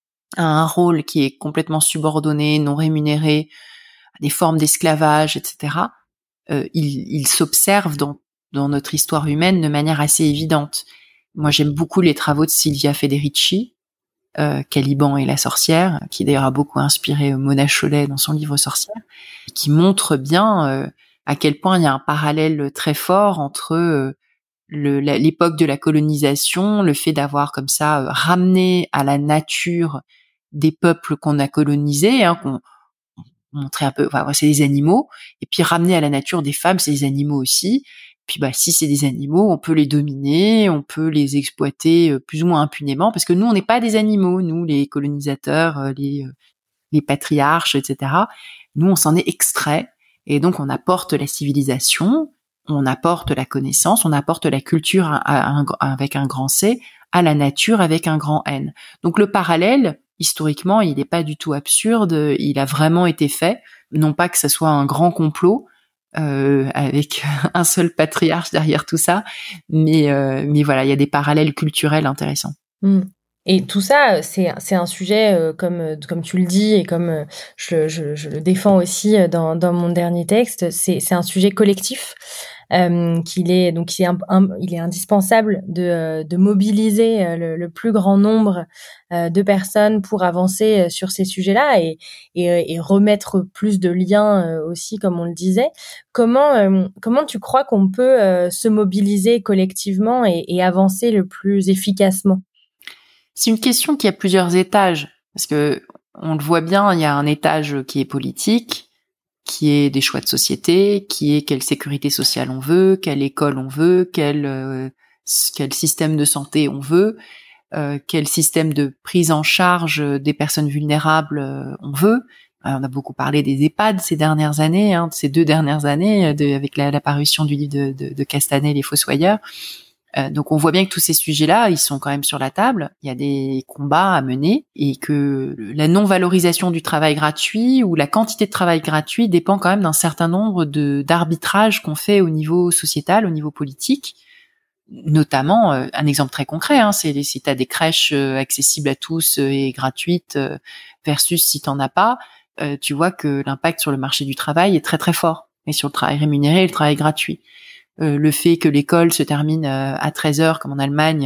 à un rôle qui est complètement subordonné, non rémunéré, à des formes d'esclavage, et cetera. Euh, il, il s'observe dans dans notre histoire humaine de manière assez évidente. Moi, j'aime beaucoup les travaux de Silvia Federici, Euh, Caliban et la sorcière, qui d'ailleurs a beaucoup inspiré Mona Chollet dans son livre Sorcière, qui montre bien euh, à quel point il y a un parallèle très fort entre euh, le, la, l'époque de la colonisation, le fait d'avoir comme ça euh, ramené à la nature des peuples qu'on a colonisés, hein, qu'on montrait un peu, enfin, c'est des animaux, et puis ramener à la nature des femmes, c'est des animaux aussi. Puis bah si c'est des animaux, on peut les dominer, on peut les exploiter euh, plus ou moins impunément, parce que nous on n'est pas des animaux, nous les colonisateurs, euh, les euh, les patriarches, et cetera. Nous on s'en est extrait, et donc on apporte la civilisation, on apporte la connaissance, on apporte la culture à, à un, avec un grand C, à la nature avec un grand N. Donc le parallèle, historiquement, il n'est pas du tout absurde, il a vraiment été fait, non pas que ce soit un grand complot, Euh, avec un seul patriarche derrière tout ça, mais euh, mais voilà, il y a des parallèles culturels intéressants. Mmh. Et tout ça, c'est c'est un sujet euh, comme euh, comme tu le dis et comme euh, je, je, je le défends aussi euh, dans dans mon dernier texte, c'est c'est un sujet collectif. Euh, qu'il est donc il est, un, un, il est indispensable de, euh, de mobiliser euh, le, le plus grand nombre euh, de personnes pour avancer euh, sur ces sujets-là et, et, et remettre plus de liens euh, aussi, comme on le disait. Comment euh, comment tu crois qu'on peut euh, se mobiliser collectivement et, et avancer le plus efficacement? C'est une question qui a plusieurs étages, parce que on le voit bien, il y a un étage qui est politique, qui est des choix de société, qui est quelle sécurité sociale on veut, quelle école on veut, quel euh, quel système de santé on veut, euh, quel système de prise en charge des personnes vulnérables euh, on veut. Alors, on a beaucoup parlé des EHPAD ces dernières années, hein, ces deux dernières années, de, avec la, la parution du livre de, de, de Castanet, Les Fossoyeurs. Euh, donc on voit bien que tous ces sujets-là, ils sont quand même sur la table. Il y a des combats à mener et que la non-valorisation du travail gratuit ou la quantité de travail gratuit dépend quand même d'un certain nombre de d'arbitrages qu'on fait au niveau sociétal, au niveau politique. Notamment, euh, un exemple très concret, hein, c'est si tu as des crèches euh, accessibles à tous euh, et gratuites euh, versus si t'en as pas, euh, tu vois que l'impact sur le marché du travail est très très fort. Et sur le travail rémunéré et le travail gratuit. Euh, le fait que l'école se termine euh, à treize heures comme en Allemagne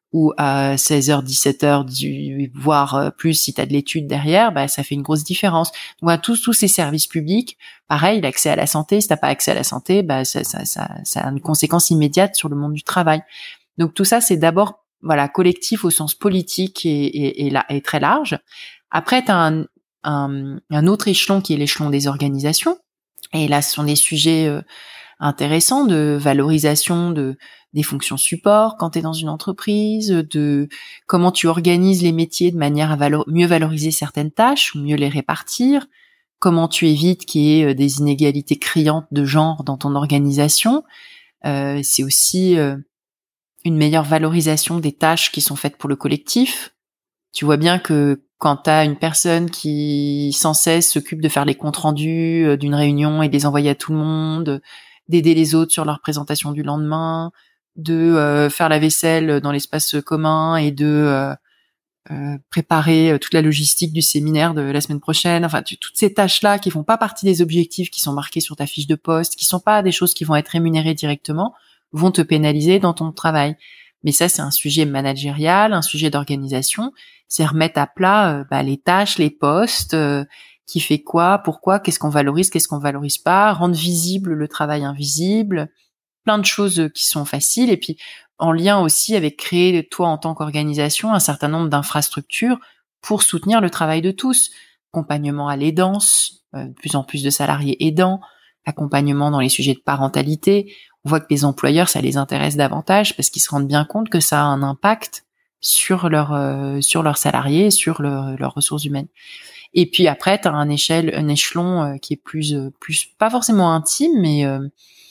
ou à seize heures, dix-sept heures, du, voire plus si tu as de l'étude derrière, bah, ça fait une grosse différence. Donc, à tous, tous ces services publics, pareil, l'accès à la santé, si t'as pas accès à la santé, bah, ça, ça, ça, ça a une conséquence immédiate sur le monde du travail. Donc, tout ça, c'est d'abord, voilà, collectif au sens politique et, et, et, là, et très large. Après, tu as un, un, un autre échelon qui est l'échelon des organisations. Et là, ce sont des sujets euh, intéressants de valorisation de des fonctions support quand tu es dans une entreprise, de comment tu organises les métiers de manière à valo- mieux valoriser certaines tâches ou mieux les répartir, comment tu évites qu'il y ait des inégalités criantes de genre dans ton organisation. Euh, c'est aussi euh, une meilleure valorisation des tâches qui sont faites pour le collectif. Tu vois bien que quand tu as une personne qui sans cesse s'occupe de faire les comptes rendus euh, d'une réunion et de les envoyer à tout le monde, d'aider les autres sur leur présentation du lendemain, de euh, faire la vaisselle dans l'espace commun et de euh, euh, préparer toute la logistique du séminaire de la semaine prochaine. Enfin, tu, toutes ces tâches-là qui font pas partie des objectifs qui sont marqués sur ta fiche de poste, qui sont pas des choses qui vont être rémunérées directement, vont te pénaliser dans ton travail. Mais ça, c'est un sujet managérial, un sujet d'organisation. C'est remettre à plat euh, bah, les tâches, les postes, euh, qui fait quoi, pourquoi, qu'est-ce qu'on valorise, qu'est-ce qu'on valorise pas, rendre visible le travail invisible, plein de choses qui sont faciles. Et puis, en lien aussi avec créer, toi, en tant qu'organisation, un certain nombre d'infrastructures pour soutenir le travail de tous. Accompagnement à l'aidance, euh, de plus en plus de salariés aidants, accompagnement dans les sujets de parentalité. On voit que les employeurs, ça les intéresse davantage parce qu'ils se rendent bien compte que ça a un impact sur leur euh, sur leurs salariés, sur leur, leurs ressources humaines. Et puis après, tu as un échelle, un échelon euh, qui est plus euh, plus pas forcément intime, mais euh,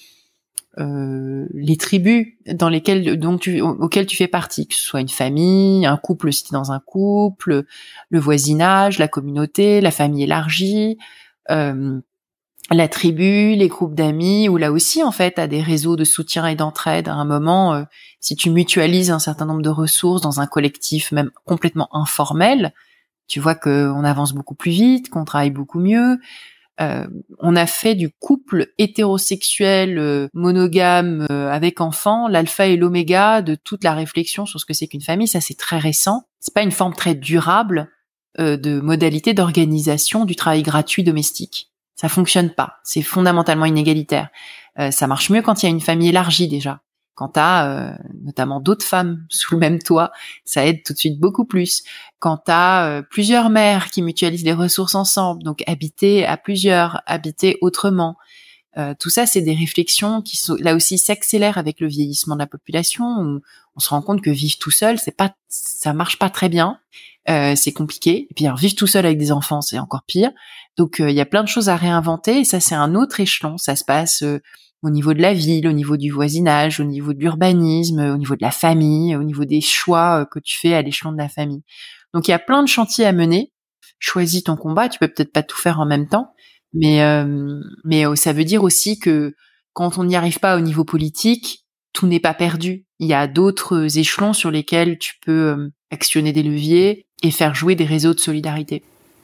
euh, les tribus dans lesquelles donc tu auxquelles tu fais partie, que ce soit une famille, un couple si t'es dans un couple, le voisinage, la communauté, la famille élargie. Euh, la tribu, les groupes d'amis, où là aussi, en fait, t'as des réseaux de soutien et d'entraide. À un moment, euh, si tu mutualises un certain nombre de ressources dans un collectif même complètement informel, tu vois qu'on avance beaucoup plus vite, qu'on travaille beaucoup mieux. Euh, on a fait du couple hétérosexuel euh, monogame euh, avec enfants l'alpha et l'oméga de toute la réflexion sur ce que c'est qu'une famille. Ça, c'est très récent. C'est pas une forme très durable euh, de modalité d'organisation du travail gratuit domestique. Ça fonctionne pas. C'est fondamentalement inégalitaire. Euh, ça marche mieux quand il y a une famille élargie déjà. Quand t'as euh, notamment d'autres femmes sous le même toit, ça aide tout de suite beaucoup plus. Quand t'as euh, plusieurs mères qui mutualisent les ressources ensemble, donc habiter à plusieurs, habiter autrement, euh, tout ça, c'est des réflexions qui sont, là aussi s'accélèrent avec le vieillissement de la population. Où on se rend compte que vivre tout seul, c'est pas, ça marche pas très bien. Euh, c'est compliqué. Et puis alors, vivre tout seul avec des enfants, c'est encore pire. Donc il euh, y a plein de choses à réinventer. Et ça, c'est un autre échelon. Ça se passe euh, au niveau de la ville, au niveau du voisinage, au niveau de l'urbanisme, au niveau de la famille, au niveau des choix euh, que tu fais à l'échelon de la famille. Donc il y a plein de chantiers à mener. Choisis ton combat. Tu peux peut-être pas tout faire en même temps, mais euh, mais euh, ça veut dire aussi que quand on n'y arrive pas au niveau politique, tout n'est pas perdu. Il y a d'autres échelons sur lesquels tu peux euh, actionner des leviers et faire jouer des réseaux de solidarité.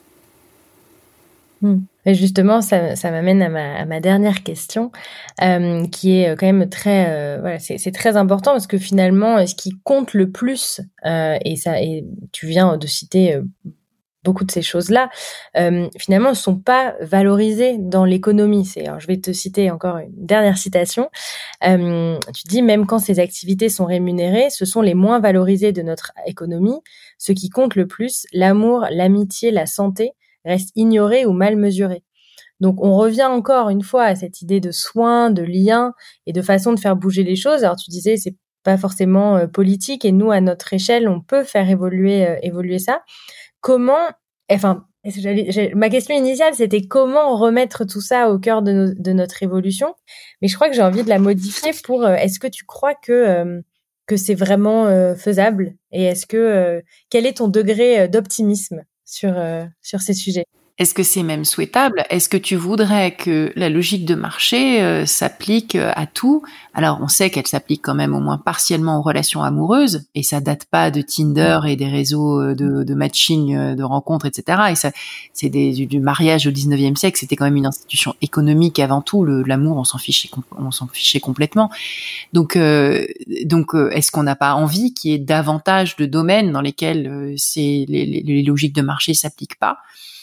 Mmh. Et justement, ça, ça m'amène à ma, à ma dernière question, euh, qui est quand même très, euh, voilà, c'est, c'est très important parce que finalement, ce qui compte le plus, euh, et ça, et tu viens de citer euh, beaucoup de ces choses-là, euh, finalement, ne sont pas valorisées dans l'économie. C'est, alors, je vais te citer encore une dernière citation. Euh, tu dis, même quand ces activités sont rémunérées, ce sont les moins valorisées de notre économie. Ce qui compte le plus, l'amour, l'amitié, la santé, reste ignoré ou mal mesuré. Donc, on revient encore une fois à cette idée de soin, de lien et de façon de faire bouger les choses. Alors, tu disais, c'est pas forcément euh, politique et nous, à notre échelle, on peut faire évoluer, euh, évoluer ça. Comment, enfin, j'allais, j'allais, ma question initiale, c'était comment remettre tout ça au cœur de, no, de notre évolution. Mais je crois que j'ai envie de la modifier pour, euh, est-ce que tu crois que, euh, que c'est vraiment euh, faisable? Et est-ce que, euh, quel est ton degré d'optimisme sur, euh, sur ces sujets? Est-ce que c'est même souhaitable? Est-ce que tu voudrais que la logique de marché euh, s'applique à tout? Alors, on sait qu'elle s'applique quand même au moins partiellement aux relations amoureuses, et ça date pas de Tinder et des réseaux de, de matching, de rencontres, et cetera. Et ça, c'est des, du, du mariage au dix-neuvième siècle, c'était quand même une institution économique avant tout. Le, l'amour, on s'en fichait, on s'en fichait complètement. Donc, euh, donc, euh, est-ce qu'on n'a pas envie qu'il y ait davantage de domaines dans lesquels euh, c'est les, les, les logiques de marché s'appliquent pas?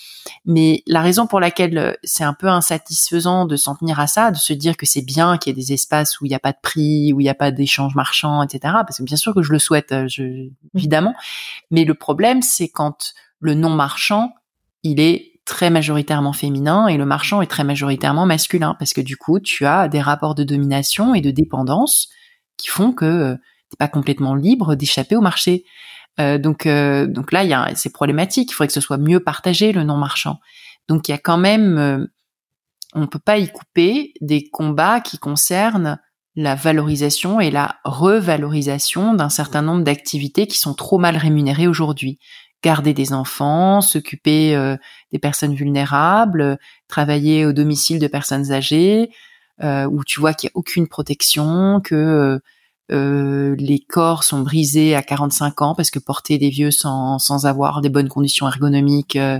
Mais la raison pour laquelle c'est un peu insatisfaisant de s'en tenir à ça, de se dire que c'est bien qu'il y ait des espaces où il n'y a pas de prix, où il n'y a pas d'échange marchand, et cetera. Parce que bien sûr que je le souhaite, je, évidemment. Mais le problème, c'est quand le non marchand, il est très majoritairement féminin et le marchand est très majoritairement masculin. Parce que du coup, tu as des rapports de domination et de dépendance qui font que t'es pas complètement libre d'échapper au marché. Euh, donc, euh, donc là, il y a, c'est problématique. Il faudrait que ce soit mieux partagé, le non marchand. Donc, il y a quand même, euh, on peut pas y couper des combats qui concernent la valorisation et la revalorisation d'un certain nombre d'activités qui sont trop mal rémunérées aujourd'hui. Garder des enfants, s'occuper euh, des personnes vulnérables, travailler au domicile de personnes âgées, euh, où tu vois qu'il y a aucune protection, que euh, Euh, les corps sont brisés à quarante-cinq ans parce que porter des vieux sans sans avoir des bonnes conditions ergonomiques, euh,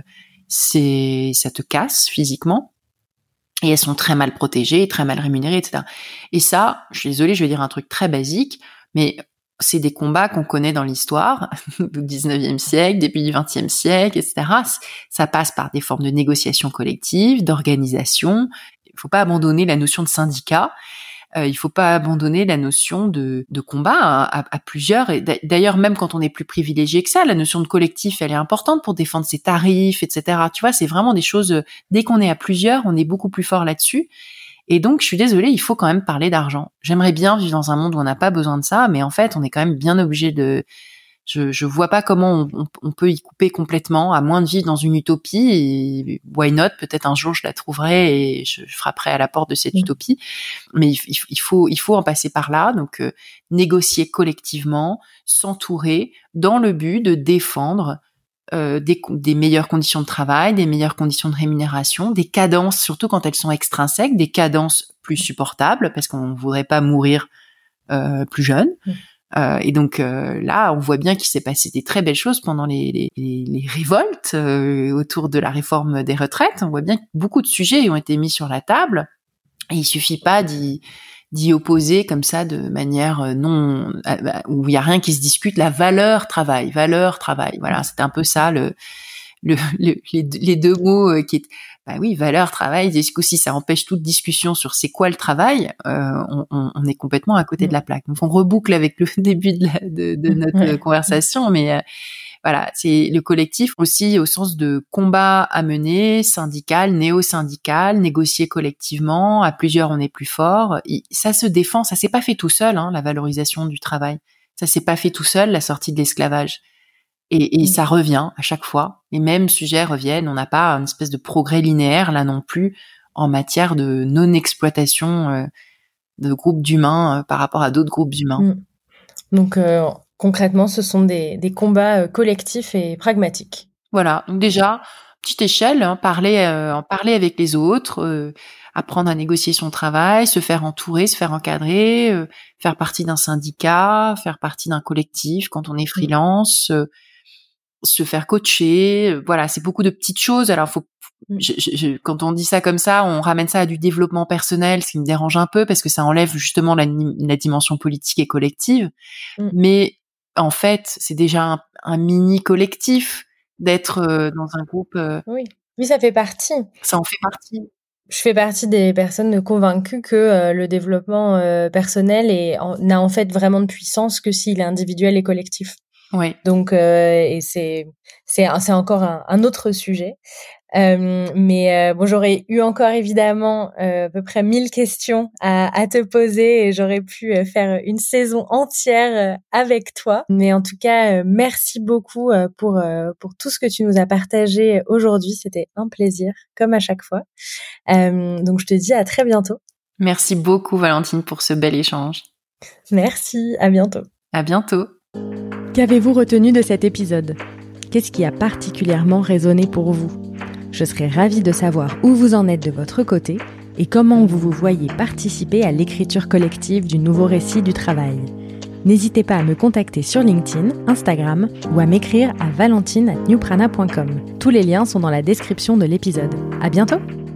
c'est ça te casse physiquement. Et elles sont très mal protégées, très mal rémunérées, et cetera. Et ça, je suis désolée, je vais dire un truc très basique, mais c'est des combats qu'on connaît dans l'histoire du dix-neuvième siècle, début du vingtième siècle, et cetera. Ça passe par des formes de négociation collective, d'organisation. Il faut pas abandonner la notion de syndicat. Euh, il faut pas abandonner la notion de, de combat à, à, à plusieurs. Et d'ailleurs, même quand on est plus privilégié que ça, la notion de collectif, elle est importante pour défendre ses tarifs, et cetera. Tu vois, c'est vraiment des choses. Dès qu'on est à plusieurs, on est beaucoup plus fort là-dessus. Et donc, je suis désolée, il faut quand même parler d'argent. J'aimerais bien vivre dans un monde où on n'a pas besoin de ça, mais en fait, on est quand même bien obligé de. Je, je vois pas comment on, on peut y couper complètement, à moins de vivre dans une utopie. Et why not? Peut-être un jour je la trouverai et je frapperai à la porte de cette mmh. utopie. Mais il, il faut, il faut en passer par là. Donc euh, négocier collectivement, s'entourer, dans le but de défendre euh, des, des meilleures conditions de travail, des meilleures conditions de rémunération, des cadences, surtout quand elles sont extrinsèques, des cadences plus supportables, parce qu'on ne voudrait pas mourir euh, plus jeune. Mmh. Euh, et donc euh, là, on voit bien qu'il s'est passé des très belles choses pendant les, les, les, les révoltes euh, autour de la réforme des retraites. On voit bien que beaucoup de sujets ont été mis sur la table. Et il suffit pas d'y, d'y opposer comme ça de manière non euh, où il y a rien qui se discute. La valeur travail, valeur travail. Voilà, c'est un peu ça le, le, le les, les deux mots euh, qui est. Bah oui, valeur, travail, du coup, si ça empêche toute discussion sur c'est quoi le travail, euh, on, on, on est complètement à côté de la plaque. Donc, on reboucle avec le début de, la, de, de notre ouais. conversation, mais euh, voilà, c'est le collectif aussi au sens de combat à mener, syndical, néo-syndical, négocier collectivement, à plusieurs on est plus fort. Et ça se défend, ça s'est pas fait tout seul, hein, la valorisation du travail. Ça s'est pas fait tout seul, la sortie de l'esclavage. Et, et mmh. ça revient à chaque fois. Les mêmes sujets reviennent. On n'a pas une espèce de progrès linéaire là non plus en matière de non-exploitation euh, de groupes d'humains euh, par rapport à d'autres groupes d'humains. Mmh. Donc euh, concrètement, ce sont des, des combats euh, collectifs et pragmatiques. Voilà. Donc déjà, petite échelle, hein, parler, euh, en parler avec les autres, euh, apprendre à négocier son travail, se faire entourer, se faire encadrer, euh, faire partie d'un syndicat, faire partie d'un collectif quand on est freelance. Euh, se faire coacher, voilà, c'est beaucoup de petites choses. Alors, faut, je, je, quand on dit ça comme ça, on ramène ça à du développement personnel, ce qui me dérange un peu parce que ça enlève justement la, la dimension politique et collective. Mm. Mais en fait, c'est déjà un, un mini collectif d'être euh, dans un groupe. Euh, oui, oui, ça fait partie. Ça en fait partie. Je fais partie des personnes convaincues que euh, le développement euh, personnel est, en, n'a en fait vraiment de puissance que s'il est individuel et collectif. Oui. Donc euh, et c'est c'est c'est encore un, un autre sujet. Euh, mais euh, bon, j'aurais eu encore évidemment euh, à peu près mille questions à, à te poser et j'aurais pu euh, faire une saison entière euh, avec toi. Mais en tout cas, euh, merci beaucoup euh, pour euh, pour tout ce que tu nous as partagé aujourd'hui. C'était un plaisir, comme à chaque fois. Euh, donc je te dis à très bientôt. Merci beaucoup Valentine pour ce bel échange. Merci, à bientôt. À bientôt. Qu'avez-vous retenu de cet épisode ? Qu'est-ce qui a particulièrement résonné pour vous ? Je serai ravie de savoir où vous en êtes de votre côté et comment vous vous voyez participer à l'écriture collective du nouveau récit du travail. N'hésitez pas à me contacter sur LinkedIn, Instagram ou à m'écrire à valentine arobase newprana point com. Tous les liens sont dans la description de l'épisode. À bientôt!